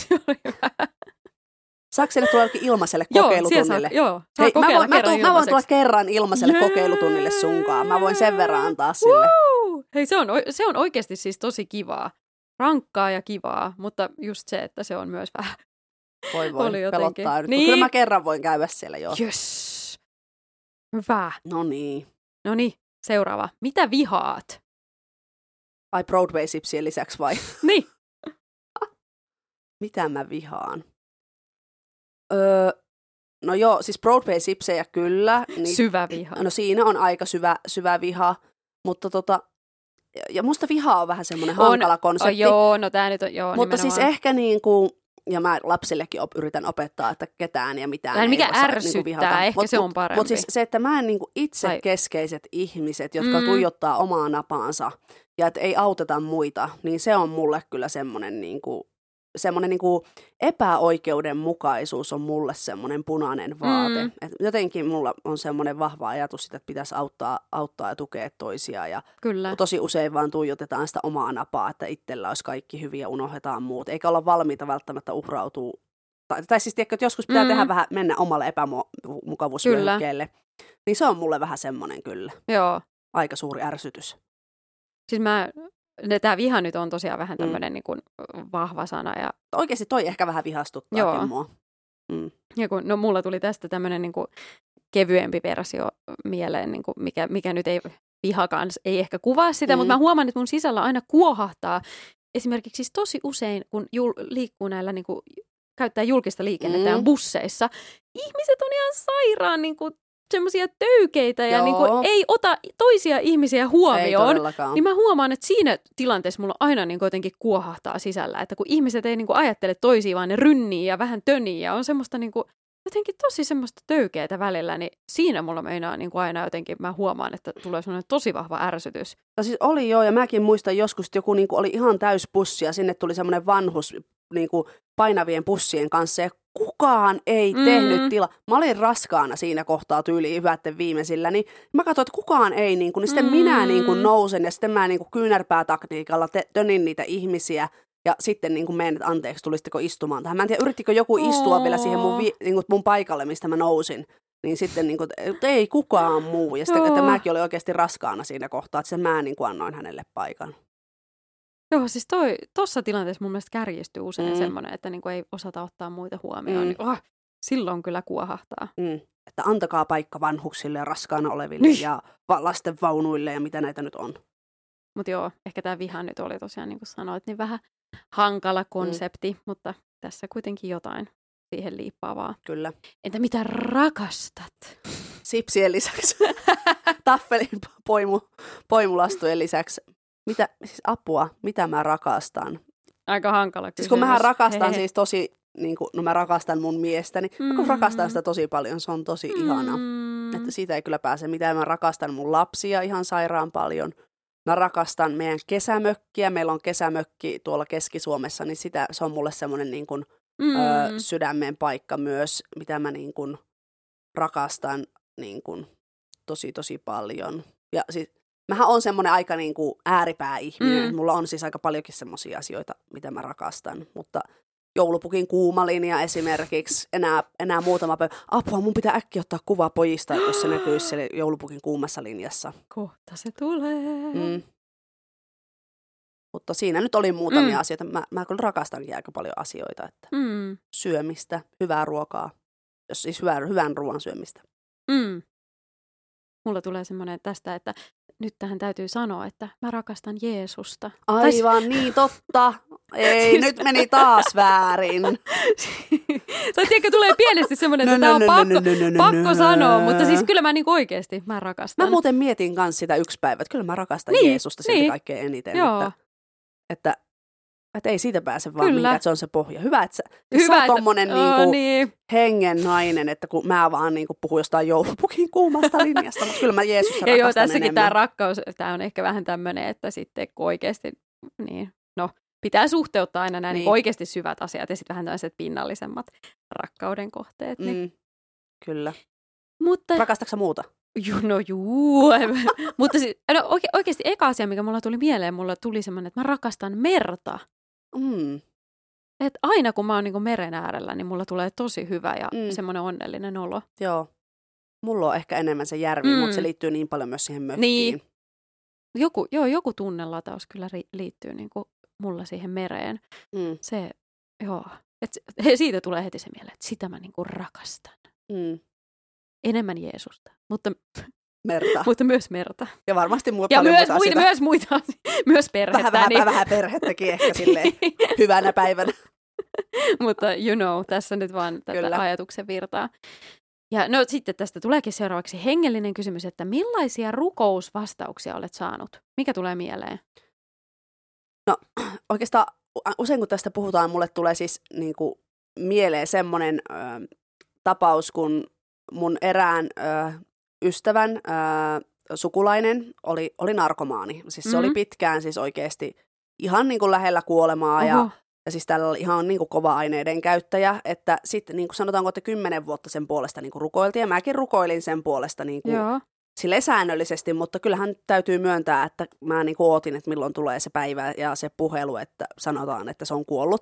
vähän. Saako sinne tulla ilmaiselle kokeilutunnille? Joo, hei, mä voin tulla kerran ilmaiselle kokeilutunnille sunkaan. Mä voin sen verran antaa sille. Hei, se on oikeasti siis tosi kivaa. Rankkaa ja kivaa, mutta just se, että se on myös vähän voi pelottaa nyt. Niin. Kyllä mä kerran voin käydä siellä jo. Jöss. Hyvä. No niin, seuraava. Mitä vihaat? Ai Broadway-sipsien lisäksi vai? Niin. Mitä mä vihaan? No joo, siis Broadway-sipsejä kyllä. Niin, syvä viha. No siinä on aika syvä viha, mutta ja musta viha on vähän semmoinen hankala konsepti. Joo, no tää nyt on, joo. Mutta nimenomaan. siis ehkä niinku, ja mä lapsillekin yritän opettaa, että ketään ja mitään ei mikä saa ärsyttää, niinku vihata. ehkä se on parempi. Mutta siis se, että mä en niinku itse keskeiset ihmiset, jotka tuijottaa omaa napaansa ja että ei auteta muita, niin se on mulle kyllä semmoinen niinku epäoikeudenmukaisuus on mulle semmoinen punainen vaate. Et jotenkin mulla on semmoinen vahva ajatus sitä, että pitäisi auttaa ja tukea toisiaan. Ja kyllä. Tosi usein vaan tuijotetaan sitä omaa napaa, että itsellä olisi kaikki hyvin ja unohdetaan muut. Eikä olla valmiita välttämättä uhrautua. Tai siis tiedätkö, että joskus pitää tehdä vähän, mennä omalle epämukavuusvyöhykkeelle. Niin se on mulle vähän semmoinen kyllä. Joo. Aika suuri ärsytys. Siis tämä viha nyt on tosiaan vähän tämmöinen niin kuin vahva sana. Ja oikeasti toi ehkä vähän vihastuttaakin mua. Ja no mulla tuli tästä tämmöinen niin kuin kevyempi versio mieleen, niin kuin mikä nyt ei vihakaan, ei ehkä kuvaa sitä, mutta mä huomaan, että mun sisällä aina kuohahtaa. Esimerkiksi siis tosi usein, kun liikkuu näillä, niin kuin, käyttää julkista liikennettä ja busseissa, ihmiset on ihan sairaan niin kuin semmoisia töykeitä ja niin kuin ei ota toisia ihmisiä huomioon, niin mä huomaan, että siinä tilanteessa mulla aina niin kuin jotenkin kuohahtaa sisällä, että kun ihmiset ei niin kuin ajattele toisia, vaan ne rynnii ja vähän tönii ja on semmoista niin kuin, jotenkin tosi semmoista töykeitä välillä, niin siinä mulla meinaa niin kuin aina jotenkin, mä huomaan, että tulee semmoinen tosi vahva ärsytys. No siis oli joo, ja mäkin muistan joskus, että joku niin kuin oli ihan täys bussi ja sinne tuli semmoinen vanhus niin kuin painavien bussien kanssa ja kukaan ei tehnyt tilaa. Mä olin raskaana siinä kohtaa tyyliin hyvätten viimeisillä, niin mä katsoin, että kukaan ei, niin sitten minä niin kuin nousen ja sitten mä niin kuin kyynärpäätaktiikalla tönin niitä ihmisiä ja sitten niin kuin menen, että anteeksi, tulisitteko istumaan tähän. Mä en tiedä, yrittikö joku istua vielä siihen mun paikalle, mistä mä nousin. Niin sitten niin kuin, ei kukaan muu. Ja sitten, että mäkin olin oikeasti raskaana siinä kohtaa, että mä niin kuin annoin hänelle paikan. Joo, siis tuossa tilanteessa mun mielestä kärjistyy usein semmoinen, että niinku ei osata ottaa muita huomioon. Niin, silloin kyllä kuohahtaa. Että antakaa paikka vanhuksille ja raskaana oleville ja lasten vaunuille ja mitä näitä nyt on. Mutta joo, ehkä tämä viha nyt oli tosiaan, niin kuin sanoit, niin vähän hankala konsepti, mutta tässä kuitenkin jotain siihen liippaavaa. Kyllä. Entä mitä rakastat? Sipsien lisäksi, taffelin poimulastujen lisäksi. Siis apua, mitä mä rakastan? Aika hankala kysymys. Siis kun mähän rakastan siis tosi, niin kuin, no mä rakastan mun miestäni. Mä rakastan sitä tosi paljon, se on tosi ihana. Että siitä ei kyllä pääse mitään. Mä rakastan mun lapsia ihan sairaan paljon. Mä rakastan meidän kesämökkiä. Meillä on kesämökki tuolla Keski-Suomessa, niin se on mulle semmoinen niin kuin, sydämen paikka myös, mitä mä niin kuin rakastan niin kuin tosi paljon. Ja siis mähän on semmoinen aika niin kuin ääripää-ihminen. Mulla on siis aika paljonkin semmoisia asioita, mitä mä rakastan. Mutta joulupukin kuuma linja esimerkiksi, enää muutama päivä. Apua, mun pitää äkkiä ottaa kuva pojista, jos se näkyisi siellä joulupukin kuumassa linjassa. Kohta se tulee. Mutta siinä nyt oli muutamia asioita. Mä kyllä rakastankin aika paljon asioita. Että syömistä, hyvää ruokaa. Jos siis hyvän ruoan syömistä. Mulla tulee semmoinen tästä, että nyt tähän täytyy sanoa, että mä rakastan Jeesusta. Aivan niin, totta. Ei, siis nyt meni taas väärin. Tai tiedätkö, tulee pienesti semmoinen, että tämä on pakko sanoa, mutta siis kyllä mä niin oikeasti, mä rakastan. Mä muuten mietin kanssa sitä yksi päivä, että kyllä mä rakastan Jeesusta sieltä kaikkein eniten. Että ei siitä pääse vaan mihinkään, että se on se pohja. Hyvä, että sä oot tommonen hengen nainen, että kun mä vaan niinku puhun jostain joulupukin kuumasta linjasta, mutta kyllä mä Jeesusta rakastan enemmän. Tässäkin tämä rakkaus, tämä on ehkä vähän tämmöinen, että sitten kun oikeasti, pitää suhteuttaa aina nämä niin oikeasti syvät asiat ja sitten vähän tällaiset pinnallisemmat rakkauden kohteet. Niin. Kyllä. Mutta rakastatko sä muuta? Mutta oikeasti eka asia, mikä mulla tuli mieleen, mulla tuli semmoinen, että mä rakastan merta. Että aina kun mä oon niinku meren äärellä, niin mulla tulee tosi hyvä ja semmoinen onnellinen olo. Joo. Mulla on ehkä enemmän se järvi, mutta se liittyy niin paljon myös siihen mökkiin. Niin. Joku tunnelataus kyllä liittyy niinku mulla siihen mereen. Se, siitä tulee heti se mieleen, että sitä mä niinku rakastan. Enemmän Jeesusta, mutta myös merta. Ja varmasti paljon muita asioita. Myös muita, myös perhettä. Vähän perhettäkin ehkä silleen hyvänä päivänä. Mutta tässä nyt vaan tätä ajatuksen virtaa. Ja sitten tästä tuleekin seuraavaksi hengellinen kysymys, että millaisia rukousvastauksia olet saanut? Mikä tulee mieleen? No oikeastaan usein kun tästä puhutaan, mulle tulee siis niin kuin mieleen semmoinen tapaus, kun mun erään ystävän sukulainen oli narkomaani. Siis se oli pitkään siis oikeasti ihan niin kuin lähellä kuolemaa ja siis tällä oli ihan niin kuin kova aineiden käyttäjä. Että sitten niin kuin sanotaanko, että 10 vuotta sen puolesta niin kuin rukoiltiin ja mäkin rukoilin sen puolesta niin kuin silleen säännöllisesti, mutta kyllähän täytyy myöntää, että mä niin kuin ootin, että milloin tulee se päivä ja se puhelu, että sanotaan, että se on kuollut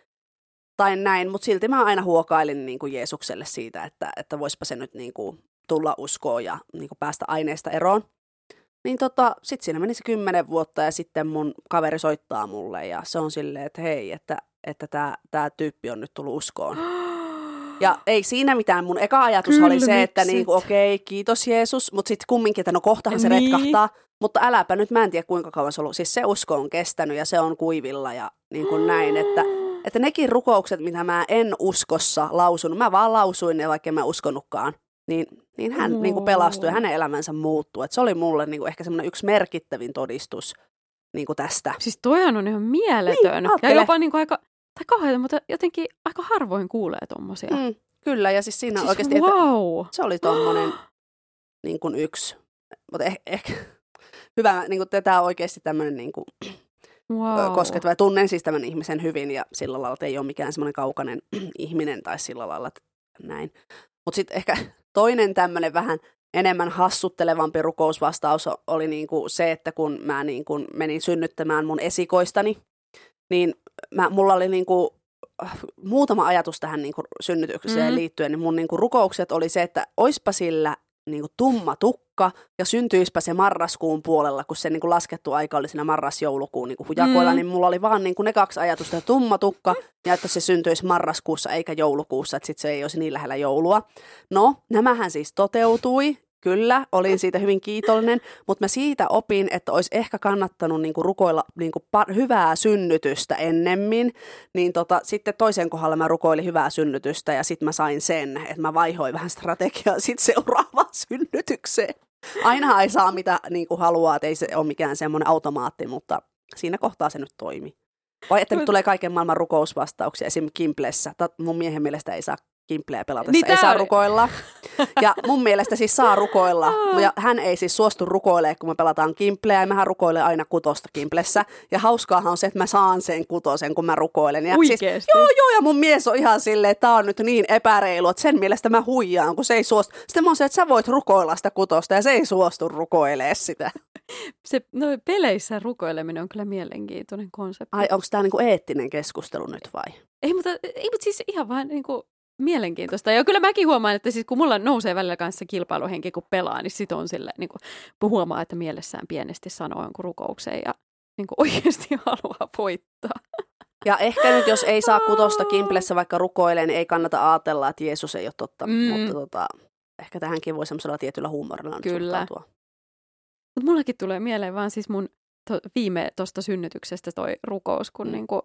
tai näin, mutta silti mä aina huokailin niin kuin Jeesukselle siitä, että voispa se nyt niin kuin tulla uskoon ja niin kuin päästä aineesta eroon. Niin sitten siinä meni se 10 vuotta ja sitten mun kaveri soittaa mulle ja se on silleen, että hei, että tää tyyppi on nyt tullut uskoon. Ja ei siinä mitään, mun eka ajatus oli se, että niinku, okei, kiitos Jeesus, mutta sitten kumminkin, että no kohtahan se retkahtaa, mutta äläpä nyt, mä en tiedä kuinka kauan se on ollut. Siis se usko on kestänyt ja se on kuivilla ja niin kuin näin, että nekin rukoukset, mitä mä en uskossa lausunut, mä vaan lausuin ne, vaikka en mä uskonutkaan, niin hän niin kuin pelastui ja hänen elämänsä muuttui. Et se oli mulle niin kuin ehkä semmoinen yksi merkittävin todistus niin kuin tästä. Siis toihan on ihan mieletön. Niin, ja jopa niin kuin aika, tai kauheita, mutta jotenkin aika harvoin kuulee tommosia. Kyllä, ja siis siinä siis oikeasti, että se oli tommonen niin kuin yksi, mutta ehkä hyvä, niin kuin tämä on oikeasti tämmöinen niin kuin koskettava. Ja tunnen siis tämän ihmisen hyvin ja sillä lailla, että ei ole mikään semmoinen kaukainen ihminen tai sillä lailla, että näin. Mutta sitten ehkä toinen tämmöinen vähän enemmän hassuttelevampi rukousvastaus oli niinku se, että kun mä niinku menin synnyttämään mun esikoistani, niin mulla oli niinku muutama ajatus tähän niinku synnytykseen liittyen, niin mun niinku rukoukset oli se, että oispa sillä niinku tumma tukka ja syntyispä se marraskuun puolella, kun se niinku laskettu aika oli siinä marras-joulukuun niinku hujakoilla, niin mulla oli vaan niinku ne 2 ajatusta, että tumma tukka ja että se syntyisi marraskuussa eikä joulukuussa, että sitten se ei olisi niin lähellä joulua. No, nämähän siis toteutui Kyllä, olin siitä hyvin kiitollinen, mutta mä siitä opin, että olisi ehkä kannattanut niinku rukoilla niinku hyvää synnytystä ennemmin. Niin sitten toisen kohdalla mä rukoilin hyvää synnytystä ja sitten mä sain sen, että mä vaihoin vähän strategiaa sitten seuraavaan synnytykseen. Aina ei saa mitä niinku haluaa, että ei se ole mikään semmoinen automaatti, mutta siinä kohtaa se nyt toimi. Vai että nyt tulee kaiken maailman rukousvastauksia, esimerkiksi Kimplessä. Mun miehen mielestä ei saa Kimpleä pelatessa, niin ei saa rukoilla. Ja mun mielestä siis saa rukoilla. Ja hän ei siis suostu rukoilemaan, kun me pelataan Kimpleä. Ja mähän rukoilen aina 6 Kimplessä. Ja hauskaahan on se, että mä saan sen 6, kun mä rukoilen. Ja siis, joo, ja mun mies on ihan silleen, että tää on nyt niin epäreilu, että sen mielestä mä huijaan, kun se ei suostu. Sitten mä oon se, että sä voit rukoilla sitä 6 ja se ei suostu rukoilemaan sitä. Peleissä rukoileminen on kyllä mielenkiintoinen konsepti. Ai, onko tää niinku eettinen keskustelu nyt vai? Ei, mutta siis ihan vaan niinku mielenkiintoista. Ja kyllä mäkin huomaan, että siis kun mulla nousee välillä kanssa kilpailuhenki, kun pelaa, niin sit on sille, niin kuin huomaa, että mielessään pienesti sanoo jonkun rukouksen ja niin kuin oikeasti haluaa voittaa. Ja ehkä nyt, jos ei saa 6 Kimplessä vaikka rukoilee, niin ei kannata ajatella, että Jeesus ei ole totta. Mutta ehkä tähänkin voi semmoisella tietyllä huumorilla nyt suhtautua. Mutta mullakin tulee mieleen vaan siis mun viime tuosta synnytyksestä toi rukous, kun niinku,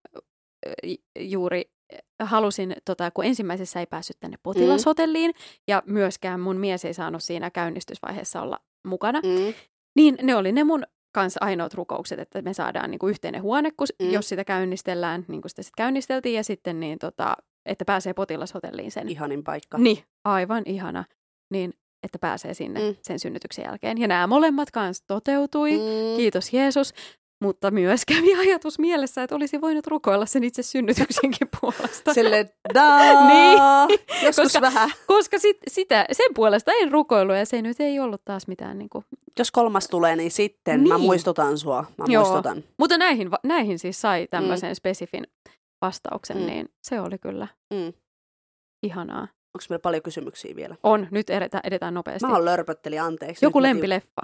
juuri halusin, kun ensimmäisessä ei päässyt tänne potilashotelliin ja myöskään mun mies ei saanut siinä käynnistysvaiheessa olla mukana, niin ne oli ne mun kanssa ainoat rukoukset, että me saadaan niinku yhteinen huone, jos sitä käynnistellään, niin kuin sitä sitten käynnisteltiin ja sitten niin, että pääsee potilashotelliin sen. Ihanin paikka. Niin, aivan ihana. Niin, että pääsee sinne sen synnytyksen jälkeen. Ja nämä molemmat kanssa toteutui, kiitos Jeesus, mutta myös kävi ajatus mielessä, että olisi voinut rukoilla sen itse synnytyksenkin puolesta. Silleen, niin, joskus vähän. Koska sen puolesta en rukoillut ja se nyt ei ollut taas mitään. Niin kuin... Jos 3 tulee, niin sitten mä muistutan sua. Muistutan. Mutta näihin siis sai tämmöisen spesifin vastauksen, niin se oli kyllä ihanaa. Onko meillä paljon kysymyksiä vielä? On, nyt edetään nopeasti. Mä oon lörpötteli, anteeksi. Joku lempileffa?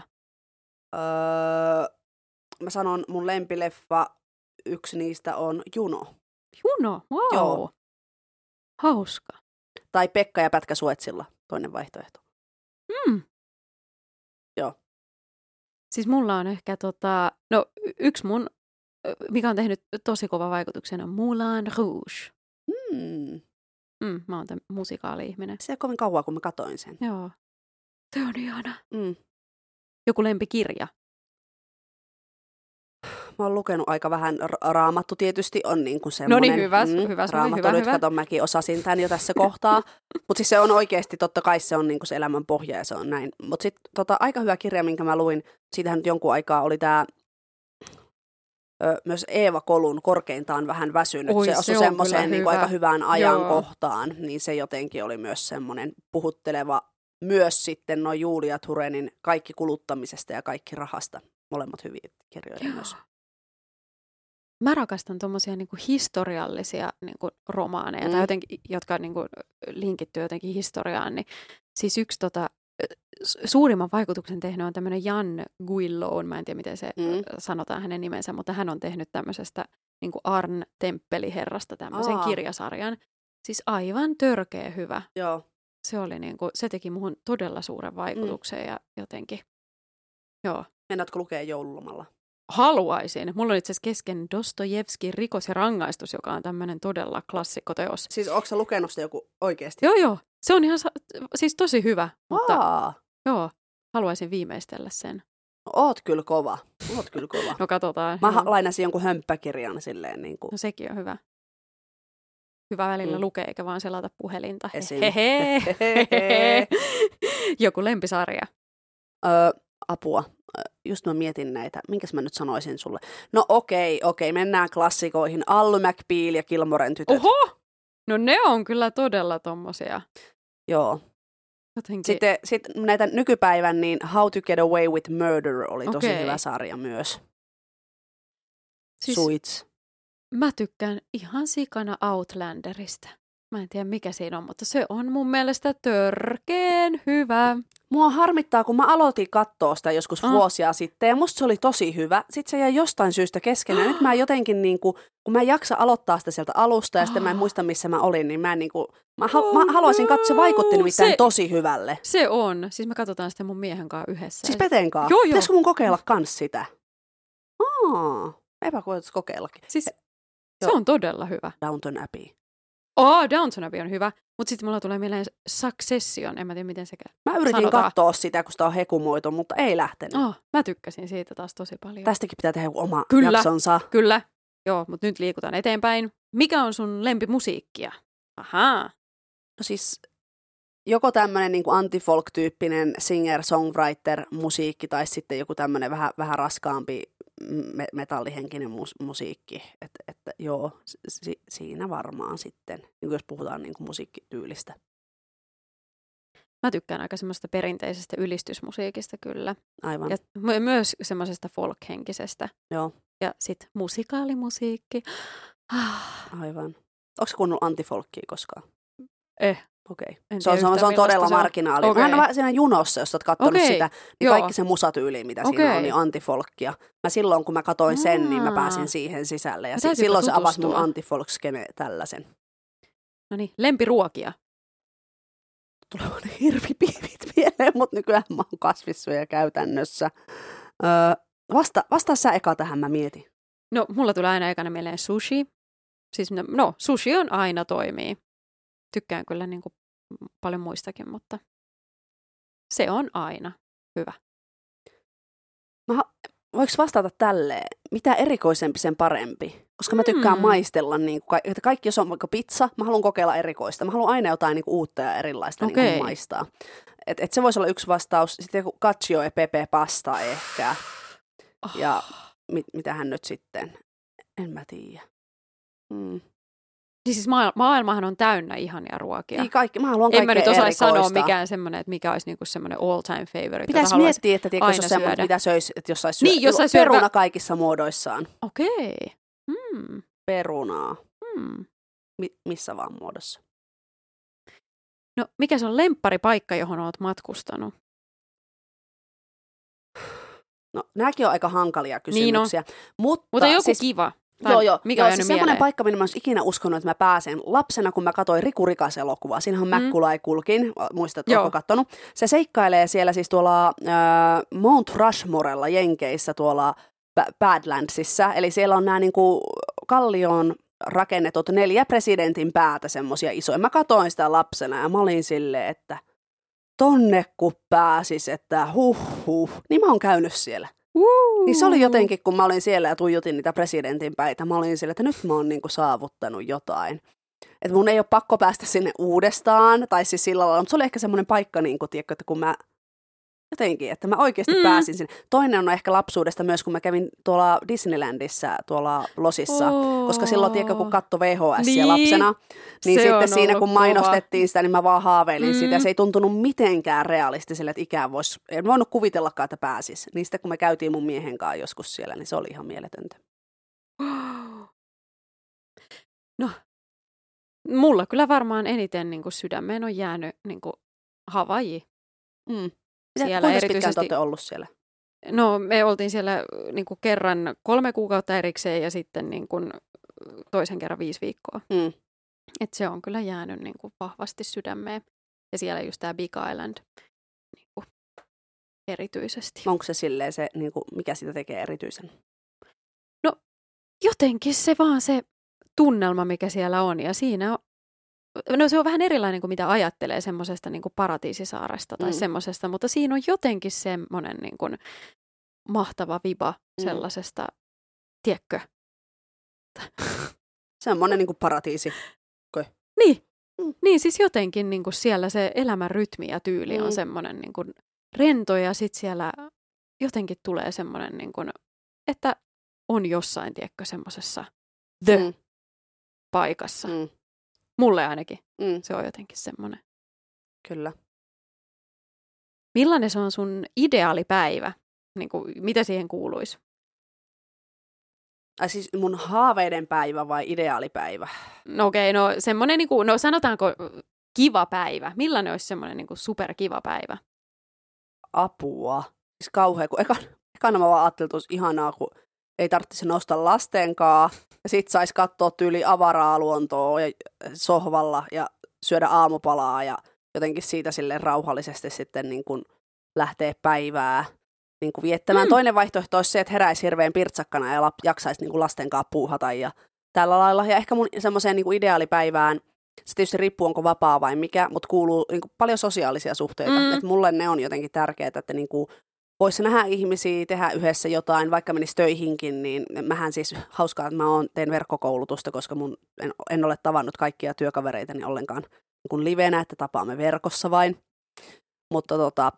Mä sanon, mun lempileffa, yksi niistä on Juno. Juno? Wow. Joo. Hauska. Tai Pekka ja Pätkä Suetsilla, toinen vaihtoehto. Joo. Siis mulla on ehkä yksi mun, mikä on tehnyt tosi kova vaikutuksen, on Moulin Rouge. Mä oon tämän musikaali-ihminen. Se ei kovin kauan, kun mä katoin sen. Joo. Se on ihana. Joku lempikirja. Mä oon lukenut aika vähän. Raamattu tietysti on niin kuin semmoinen. No niin, hyvä. Raamattu nyt, kato, mäkin osasin tämän jo tässä kohtaa. Mutta siis se on oikeasti, totta kai se on niin kuin se elämän pohja ja se on näin. Mutta sitten aika hyvä kirja, minkä mä luin, siitähän nyt jonkun aikaa oli tämä myös Eeva Kolun Korkeintaan vähän väsynyt. Se osui semmoiseen niin aika hyvään ajankohtaan, niin se jotenkin oli myös semmoinen puhutteleva myös sitten noin Julia Turenin Kaikki kuluttamisesta ja kaikki rahasta. Molemmat hyviä kirjoja myös. Mä rakastan tommosia niinku historiallisia niinku romaaneja, tai jotenkin, jotka niinku linkittyy jotenkin historiaan. Niin siis yksi suurimman vaikutuksen tehnyt on tämmöinen Jan Guillou, mä en tiedä miten se sanotaan hänen nimensä, mutta hän on tehnyt tämmöisestä niinku Arn Temppeliherrasta tämmöisen kirjasarjan. Siis aivan törkeä hyvä. Joo. Se teki muhun todella suuren vaikutuksen ja jotenkin, joo. Mennätkö lukea joululomalla? Haluaisin. Mulla on itse asiassa kesken Dostojevskin Rikos ja rangaistus, joka on tämmöinen todella klassikkoteos. Siis ootko sä lukenut sitä joku oikeasti? Joo. Se on ihan siis tosi hyvä, mutta joo, haluaisin viimeistellä sen. Oot kyllä kova. No katsotaan. Mä lainasin jonkun hömppäkirjan silleen niin kuin. No sekin on hyvä. Hyvä välillä lukea, eikä vaan selata puhelinta. Joku lempisarja. Apua. Just mä mietin näitä. Minkäs mä nyt sanoisin sulle? No okei. Mennään klassikoihin. Ally McBeal ja Gilmoren tytöt. Oho! No ne on kyllä todella tommosia. Joo. Jotenkin. Sitten näitä nykypäivän, niin How to Get Away with Murder oli tosi hyvä sarja myös. Siis Suits. Mä tykkään ihan sikana Outlanderista. Mä en tiedä mikä siinä on, mutta se on mun mielestä törkeen hyvä. Mua harmittaa, kun mä aloitin katsoa sitä joskus vuosia sitten ja musta se oli tosi hyvä. Sitten se jäi jostain syystä kesken ja nyt mä jotenkin niinku, kun mä en jaksa aloittaa sitä sieltä alusta ja sitten mä en muista missä mä olin, niin mä en niinku, mä haluaisin katsoa, se vaikutti nimittäin tosi hyvälle. Se on. Siis me katsotaan sitä mun miehen kanssa yhdessä. Siis Peten kanssa? Joo. Pitäisikö mun kokeilla kans sitä? Eipä voitaisiin kokeillakin. Siis se on todella hyvä. Downton Abbey. Downton Abbey on hyvä. Mutta sitten mulla tulee mieleen Succession. En mä tiedä, miten se Mä yritin katsoa sitä, kun sitä on hekumoitu, mutta ei lähtenyt. Mä tykkäsin siitä taas tosi paljon. Tästäkin pitää tehdä joku oma Kyllä, jaksonsa. Kyllä. Joo, mutta nyt liikutaan eteenpäin. Mikä on sun lempimusiikkia? Ahaa. No siis joko tämmöinen niin kuin anti-folk-tyyppinen singer-songwriter-musiikki tai sitten joku tämmöinen vähän raskaampi metallihenkinen musiikki. Että joo, siinä varmaan sitten, niin jos puhutaan niin kuin musiikkityylistä. Mä tykkään aika semmoista perinteisestä ylistysmusiikista kyllä. Aivan. Ja myös semmoisesta folk-henkisestä. Joo. Ja sitten musikaalimusiikki. Aivan. Onko se kuunnellut antifolkkia koskaan? Okei. Se on todella marginaali. Okay. Mä oon siinä junossa, jos oot katsonut sitä, niin kaikki se musatyyli, mitä siinä on, niin antifolkkia. Mä silloin, kun mä katsoin sen, niin mä pääsin siihen sisälle. Ja silloin se avasi mun antifolk-skene tällaisen. No niin, lempiruokia. Tulee ne hirvipiivit mieleen, mutta nykyään mä oon kasvissyöjä käytännössä. Vastaa sä eka tähän, mä mietin. No, mulla tulee aina ekana mieleen sushi. Siis sushi on aina toimii. Tykkään kyllä niin kuin paljon muistakin, mutta se on aina hyvä. Voiko vastata tälleen? Mitä erikoisempi, sen parempi? Koska mä tykkään maistella, niin kuin, että kaikki jos on vaikka pizza, mä haluan kokeilla erikoista. Mä haluan aina jotain niin kuin uutta ja erilaista niin kuin maistaa. Et se voisi olla yksi vastaus. Sitten joku cacio e pepe pasta ehkä. Ja mitähän nyt sitten? En mä tiedä. Niin siis maailmahan on täynnä ihania ruokia. Niin kaikki, mä haluan kaikkea erikoista. En mä nyt osaisi sanoa mikään semmoinen, että mikä olisi niinku semmoinen all time favorite. Pitäisi miettiä, että tiedätkö, jos on semmoinen, mitä söisi, että jos saisi peruna kaikissa muodoissaan. Okei. Perunaa. Missä vaan muodossa. No, mikä se on lempparipaikka, johon olet matkustanut? No, nämäkin on aika hankalia kysymyksiä. Niin mutta joku siis, kiva. Joo. Mikä on siis semmoinen paikka, minne mä olisin ikinä uskonut, että mä pääsen. Lapsena, kun mä katsoin Riku Rikas -elokuvaa, siinähän on Mäkkula kulkin, muistat, ootko kattonut. Se seikkailee siellä siis tuolla Mount Rushmorella Jenkeissä tuolla Badlandsissa. Eli siellä on nämä niinku kallioon rakennetut 4 presidentin päätä, semmoisia isoja. Mä katsoin sitä lapsena ja mä olin silleen, että tonne kun pääsis, että niin mä oon käynyt siellä. Niin se oli jotenkin, kun mä olin siellä ja tuijotin niitä presidentin päitä, mä olin siellä, että nyt mä oon niinku saavuttanut jotain. Että mun ei ole pakko päästä sinne uudestaan, tai siis sillä lailla, mutta se oli ehkä semmoinen paikka, niin kuin, tiedätkö, että kun mä jotenkin, että mä oikeasti pääsin sinne. Toinen on ehkä lapsuudesta myös, kun mä kävin tuolla Disneylandissa, tuolla Losissa, koska silloin, tiedätkö, kun katsoi VHS lapsena, niin sitten siinä, kun mainostettiin sitä, niin mä vaan haaveilin sitä, ja se ei tuntunut mitenkään realistiselle, että ikään voisi, en voinut kuvitellakaan, että pääsisi. Niin sitten, kun me käytiin mun miehen kanssa joskus siellä, niin se oli ihan mieletöntä. No, mulla kyllä varmaan eniten niin kuin sydämeen on jäänyt niin kuin Havaiji. Kuinka pitkään te olette ollut siellä? No, me oltiin siellä niin kuin kerran 3 kuukautta erikseen ja sitten niin kuin toisen kerran 5 viikkoa. Et se on kyllä jäänyt niin kuin vahvasti sydämeen. Ja siellä just tämä Big Island niin kuin erityisesti. Onko se silleen se, niin kuin, mikä sitä tekee erityisen? No, jotenkin se vaan se tunnelma, mikä siellä on. Ja siinä on, no se on vähän erilainen kuin mitä ajattelee semmoisesta niin kuin paratiisisaaresta tai semmoisesta, mutta siinä on jotenkin semmoinen niin kuin mahtava viba sellaisesta, tiedätkö? Semmoinen niin kuin paratiisi. Niin, siis jotenkin niin kuin siellä se elämän rytmi ja tyyli on semmoinen niin kuin rento ja sitten siellä jotenkin tulee semmoinen, niin kuin, että on jossain, tiedätkö, semmoisessa paikassa. Mulle ainakin. Se on jotenkin semmoinen. Kyllä. Millainen se on sun ideaalipäivä? Niin kuin, mitä siihen kuuluisi? Siis mun haaveiden päivä vai ideaalipäivä? No okei, no semmoinen, niinku, no sanotaanko kiva päivä. Millainen olisi semmoinen niinku superkiva päivä? Apua. Siis kauhea, kun ekana mä vaan ajattelin, että olisi ihanaa, kun ei tarvitsisi nostaa lastenkaan. Ja sit sais katsoa tyyli avaraa luontoa ja sohvalla ja syödä aamupalaa ja jotenkin siitä silleen rauhallisesti sitten niin kuin lähtee päivää niin kuin viettämään. Toinen vaihtoehto olisi se, että heräisi hirveän pirtsakkana ja jaksaisi niin kuin lastenkaan puuhata ja tällä lailla. Ja ehkä mun semmoiseen niin kuin ideaalipäivään, se tietysti riippuu onko vapaa vai mikä, mutta kuuluu niin kuin paljon sosiaalisia suhteita. Että mulle ne on jotenkin tärkeää, että niin kuin voisi nähdä ihmisiä, tehdä yhdessä jotain, vaikka menisi töihinkin, niin mähän siis hauskaa, että mä teen verkkokoulutusta, koska en ole tavannut kaikkia työkavereitani ollenkaan niin kuin livenä, että tapaamme verkossa vain. Mutta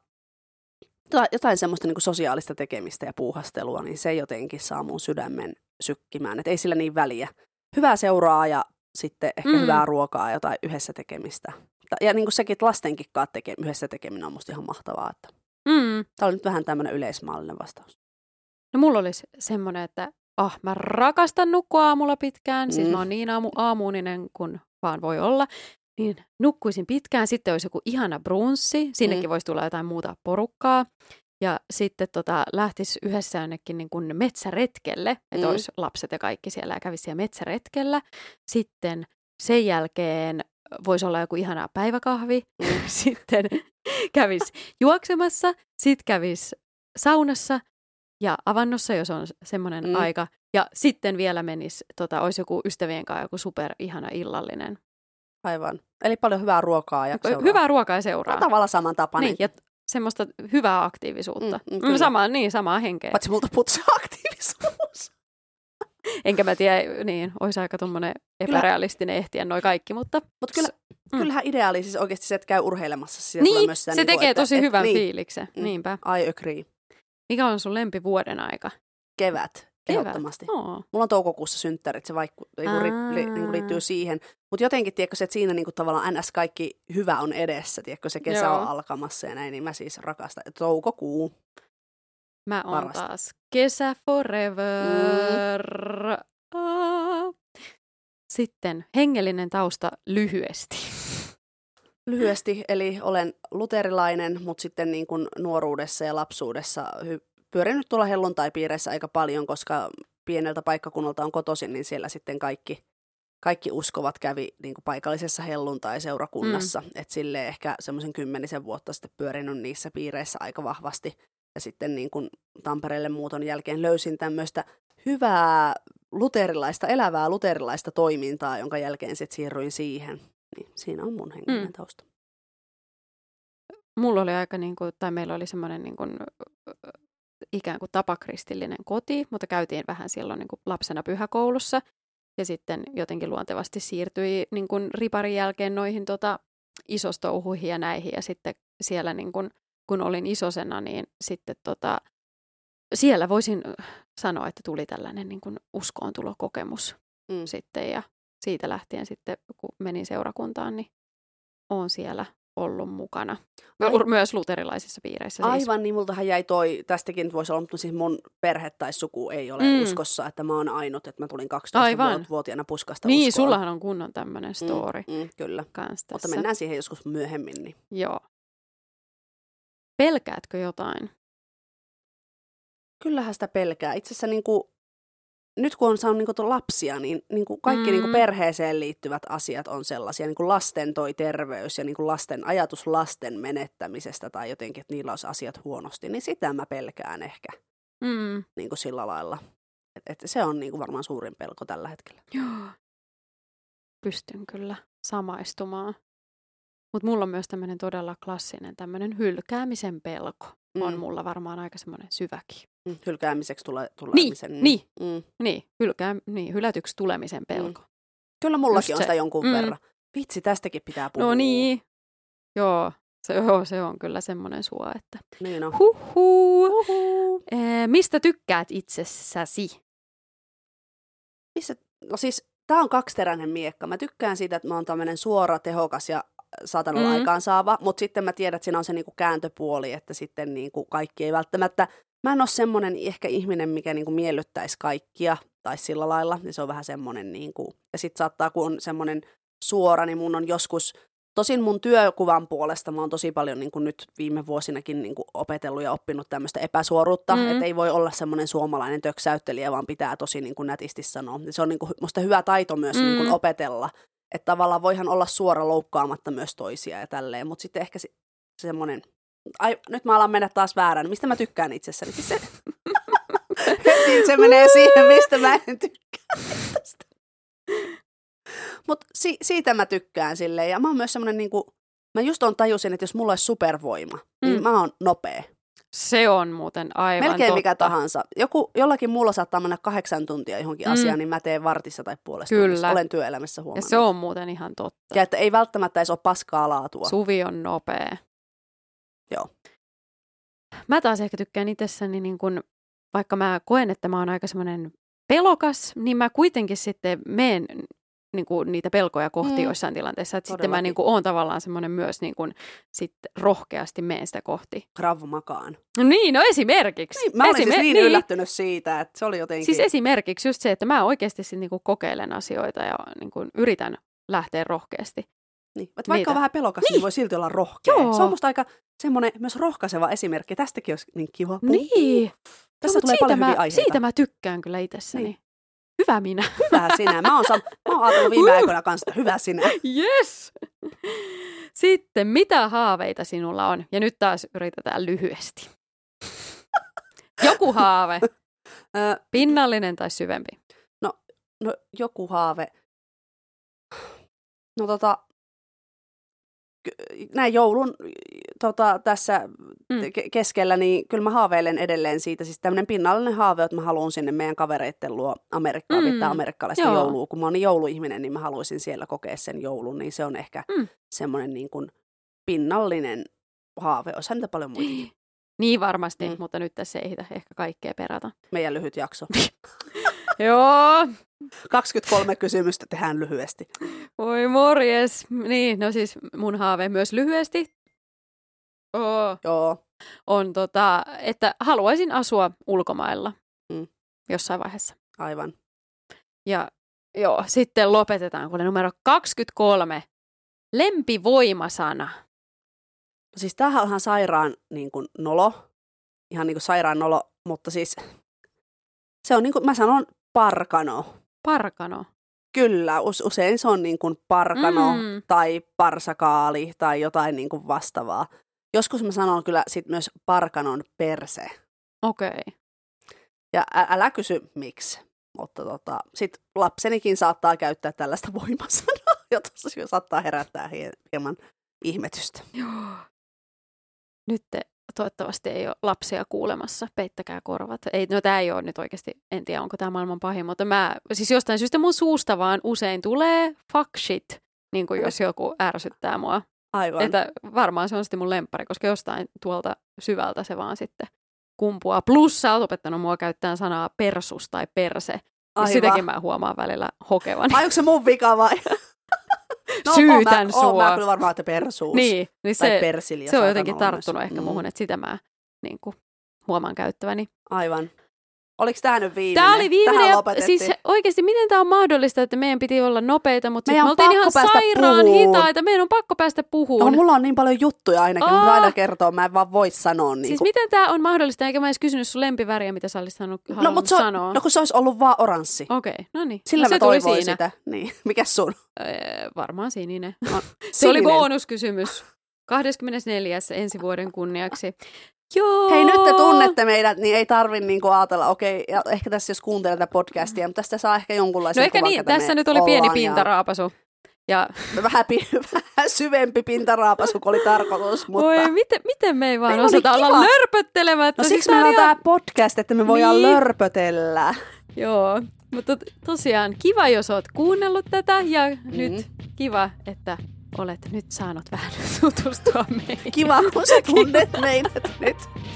jotain semmoista niin kuin sosiaalista tekemistä ja puuhastelua, niin se jotenkin saa mun sydämen sykkimään. Että ei sillä niin väliä. Hyvää seuraa ja sitten ehkä hyvää ruokaa ja jotain yhdessä tekemistä. Ja niin kuin sekin, että lastenkin kanssa yhdessä tekeminen on musta ihan mahtavaa. Että tämä oli nyt vähän tämmöinen yleismaallinen vastaus. No mulla olisi semmoinen, että mä rakastan nukkua aamulla pitkään. Siis mä oon niin aamuuninen kuin vaan voi olla. Niin nukkuisin pitkään, sitten olisi joku ihana brunssi, sinnekin voisi tulla jotain muuta porukkaa. Ja sitten lähtisi yhdessä jonnekin niin kuin metsäretkelle, että olisi lapset ja kaikki siellä ja kävisi siellä metsäretkellä. Sitten sen jälkeen voisi olla joku ihana päiväkahvi, sitten kävisi juoksemassa, sitten kävisi saunassa ja avannossa, jos on semmoinen aika. Ja sitten vielä menisi, olisi joku ystävien kanssa joku super ihana illallinen. Aivan. Eli paljon hyvää ruokaa ja seuraa. Hyvää ruokaa ja seuraa. Tavallaan samantapainen. Niin, ja semmoista hyvää aktiivisuutta. Samaa henkeä. Paitsi multa putsaa aktiivisuus. Enkä mä tiedä, niin, olisi aika tommoinen epärealistinen ehtiä noi kaikki, mutta kyllähän ideaali siis oikeasti se, että käy urheilemassa. Niin, myös se tekee tosi hyvän fiiliksen. Niinpä. I agree. Mikä on sun lempivuoden aika? Kevät. Ehdottomasti. Mulla on toukokuussa synttärit, se liittyy siihen. Mutta jotenkin, tiedätkö se, että siinä niinku tavallaan ns. Kaikki hyvä on edessä, tiedätkö se kesä on alkamassa ja näin, niin mä siis rakastan. Toukokuu. Mä oon taas kesä forever. Sitten hengellinen tausta lyhyesti. Lyhyesti, eli olen luterilainen, mutta sitten niin kuin nuoruudessa ja lapsuudessa pyörinyt tuolla helluntaipiireissä aika paljon, koska pieneltä paikkakunnalta on kotoisin, niin siellä sitten kaikki uskovat kävi niin kuin paikallisessa helluntai-seurakunnassa. Että silleen ehkä semmoisen 10 vuotta sitten pyörinyt niissä piireissä aika vahvasti. Ja sitten niin kuin Tampereelle muuton jälkeen löysin tämmöistä hyvää elävää luterilaista toimintaa, jonka jälkeen sitten siirryin siihen. Niin siinä on mun hengellinen tausta. Mulla oli aika meillä oli semmoinen ikään kuin tapakristillinen koti, mutta käytiin vähän silloin lapsena pyhäkoulussa. Ja sitten jotenkin luontevasti siirtyi riparin jälkeen noihin isostouhuihin ja näihin. Ja sitten siellä kun olin isosena, niin sitten siellä voisin sanoa, että tuli tällainen uskoontulokokemus sitten. Ja siitä lähtien sitten, kun menin seurakuntaan, niin olen siellä ollut mukana. Myös luterilaisissa piireissä. Aivan, siis. Niin multahan jäi tästäkin voisi olla, mutta siis mun perhe tai suku ei ole uskossa, että mä oon ainut, että mä tulin 12-vuotiaana puskasta niin, uskoon. Sullahan on kunnon tämmöinen story. Kyllä, mutta mennään siihen joskus myöhemmin. Niin. Joo. Pelkäätkö jotain? Kyllähän sitä pelkää. Itse asiassa nyt kun on saanut lapsia, niin kaikki perheeseen liittyvät asiat on sellaisia, lasten terveys ja ajatus lasten menettämisestä tai jotenkin, että niillä olisi asiat huonosti, niin sitä mä pelkään ehkä sillä lailla. Että se on varmaan suurin pelko tällä hetkellä. Joo, pystyn kyllä samaistumaan. Mutta mulla on myös tämmöinen todella klassinen tämmöinen hylkäämisen pelko. On mulla varmaan aika semmoinen syväkin. Hylkäämiseksi tulemisen. Niin, hylätyksi tulemisen pelko. Kyllä mullakin on sitä jonkun verran. Vitsi, tästäkin pitää puhua. No niin, joo. Se on kyllä semmoinen sua, että niin on. Mistä tykkäät itsessäsi? No siis, tää on kaksiteräinen miekka. Mä tykkään siitä, että mä oon tämmöinen suora, tehokas ja saatan olla aikaansaava, mutta sitten mä tiedän, että siinä on se kääntöpuoli, että sitten kaikki ei välttämättä mä en ole semmoinen ehkä ihminen, mikä niinku miellyttäisi kaikkia tai sillä lailla. Ja se on vähän semmoinen, niinku, ja sitten saattaa, kun on semmoinen suora, niin mun on joskus, tosin mun työkuvan puolesta mä oon tosi paljon niinku nyt viime vuosinakin niinku opetellut ja oppinut tämmöistä epäsuoruutta, että ei voi olla semmoinen suomalainen töksäyttelijä, vaan pitää tosi niinku nätisti sanoa. Ja se on niinku musta hyvä taito myös niinku opetella, että tavallaan voihan olla suora loukkaamatta myös toisia ja tälleen, mutta sitten ehkä semmoinen, nyt mä alan mennä taas väärään, mistä mä tykkään itsessäni. Siis se menee siihen, mistä mä en tykkää tästä. Mutta siitä mä tykkään silleen, ja mä oon myös semmoinen, niinku, mä just tajusin, että jos mulla olisi supervoima, niin mä oon nopea. Se on muuten aivan melkein totta. Mikä tahansa. Jollakin muulla saattaa mennä 8 tuntia johonkin asiaan, niin mä teen vartissa tai puolesta. Kyllä. Olen työelämässä huomannut. Ja se on muuten ihan totta. Ja että ei välttämättä edes ole paskaa laatua. Suvi on nopea. Joo. Mä taas ehkä tykkään itsessäni, niin kun, vaikka mä koen, että mä oon aika semmoinen pelokas, niin mä kuitenkin sitten menen niin kuin niitä pelkoja kohti joissain tilanteissa. Että sitten mä niin kuin oon tavallaan semmoinen myös niin kuin, sitten rohkeasti menen sitä kohti. Krav Magaan. Niin, no esimerkiksi. Niin, mä olin siis niin yllättynyt siitä, että se oli jotenkin. Siis esimerkiksi just se, että mä oikeasti sitten niin kuin kokeilen asioita ja niin kuin yritän lähteä rohkeasti. Niin. Vaikka on vähän pelokas, niin voi silti olla rohkea. Joo. Se on musta aika semmoinen myös rohkaiseva esimerkki. Tästäkin olisi niin kiva puhua. Niin. Tässä tulee paljon hyviä aiheita. Siitä mä tykkään kyllä itsessäni. Niin. Hyvä minä. Hyvä sinä. Mä oon ajatellut viime aikoina kanssa, että hyvä sinä. Yes! Sitten, mitä haaveita sinulla on? Ja nyt taas yritetään lyhyesti. Joku haave. Pinnallinen tai syvempi? No joku haave. No näin joulun tässä keskellä, niin kyllä mä haaveilen edelleen siitä. Siis tämmöinen pinnallinen haave, että mä haluan sinne meidän kavereitten luo Amerikkaan vittää amerikkalaista joulua. Kun mä oon niin jouluihminen, niin mä haluaisin siellä kokea sen joulun. Niin se on ehkä semmoinen niin kuin pinnallinen haave. Olisihan niitä paljon muitakin. Niin varmasti, mutta nyt tässä ei ehkä kaikkea perata. Meidän lyhyt jakso. Joo. 23 kysymystä tehdään lyhyesti. Oi morjes. Niin, no siis mun haave myös lyhyesti on, että haluaisin asua ulkomailla jossain vaiheessa. Aivan. Ja joo, sitten lopetetaan kuule numero 23. Lempivoimasana. No siis tämähän on ihan sairaan niin kuin nolo. Ihan niin kuin sairaan nolo, mutta siis se on niin kuin, mä sanon parkano. Parkano. Kyllä, usein se on niin kuin parkano tai parsakaali tai jotain niin kuin vastaavaa. Joskus mä sanon kyllä sit myös parkanon perse. Okei. Ja älä kysy miksi, mutta sit lapsenikin saattaa käyttää tällaista voimasanaa, jota saattaa herättää hieman ihmetystä. Joo. Nyt toivottavasti ei ole lapsia kuulemassa, peittäkää korvat. Tämä ei ole nyt oikeasti, en tiedä onko tämä maailman pahin, mutta siis jostain syystä mun suusta vaan usein tulee fuck shit, niin kuin jos joku ärsyttää mua. Aivan. Että varmaan se on sitten mun lemppari, koska jostain tuolta syvältä se vaan sitten kumpuaa. Plus sä oot opettanut mua käyttämään sanaa persus tai perse. Ja sitäkin mä huomaan välillä hokevan. Ai onko se mun vika vai? No, syytän sua. Mä kyllä varmaan, että persuus. Niin tai persilja. Se on jotenkin tarttunut ehkä muuhun, että sitä mä niin kuin, huomaan käyttäväni. Aivan. Oliko tämä nyt viimeinen? Tämä oli viimeinen. Ja siis oikeasti, miten tämä on mahdollista, että meidän piti olla nopeita, mutta me oltiin ihan sairaan hitaita. Meidän on pakko päästä puhumaan. No, mulla on niin paljon juttuja ainakin, mutta aina kertoo, mä en vaan voi sanoa. Niin siis miten tämä on mahdollista, eikä mä edes kysynyt sun lempiväriä, mitä sä olisit halunnut sanoa. No kun se olisi ollut vaan oranssi. Okei, no niin. Sillä mä toivoin sitä. Niin. Mikäs sun? Varmaan sininen. Se oli bonuskysymys. 24. ensi vuoden kunniaksi. Joo. Hei, nyt te tunnette meidät, niin ei tarvitse niinku ajatella, okei, ja ehkä tässä jos kuuntelee tätä podcastia, mutta tästä saa ehkä jonkunlaisen kuvan, niin, tässä nyt oli pieni pintaraapasu. Ja vähän syvempi pintaraapasu, kun oli tarkoitus, mutta oi, miten me ei vaan osata olla lörpöttelemättä? No siksi meillä on tämä podcast, että me voidaan lörpötellä. Joo, mutta tosiaan kiva, jos oot kuunnellut tätä, ja nyt kiva, että olet nyt saanut vähän tutustua meihin. Kiva, kun sä tunnet meidät nyt.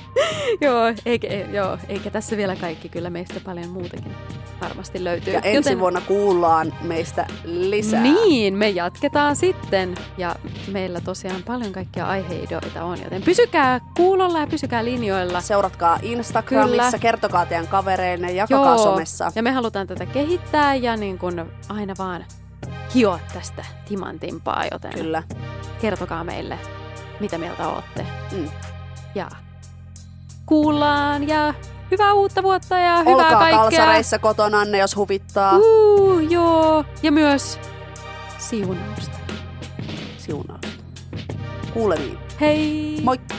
eikä tässä vielä kaikki. Kyllä meistä paljon muutakin varmasti löytyy. Ja ensi vuonna kuullaan meistä lisää. Niin, me jatketaan sitten. Ja meillä tosiaan paljon kaikkia aiheideoita on, joten pysykää kuulolla ja pysykää linjoilla. Seuratkaa Instagramissa, Kyllä. kertokaa teidän kavereille, jakakaa somessa. Ja me halutaan tätä kehittää ja niin kun aina vaan hioa tästä timantimpaa, joten Kyllä. kertokaa meille, mitä mieltä ootte. Mm. Ja kuullaan ja hyvää uutta vuotta ja hyvää Olkaa kaikkea. kalsareissa kotonanne, jos huvittaa. Joo. Ja myös siunausta. Siunausta. Kuulemiin. Hei! Moi!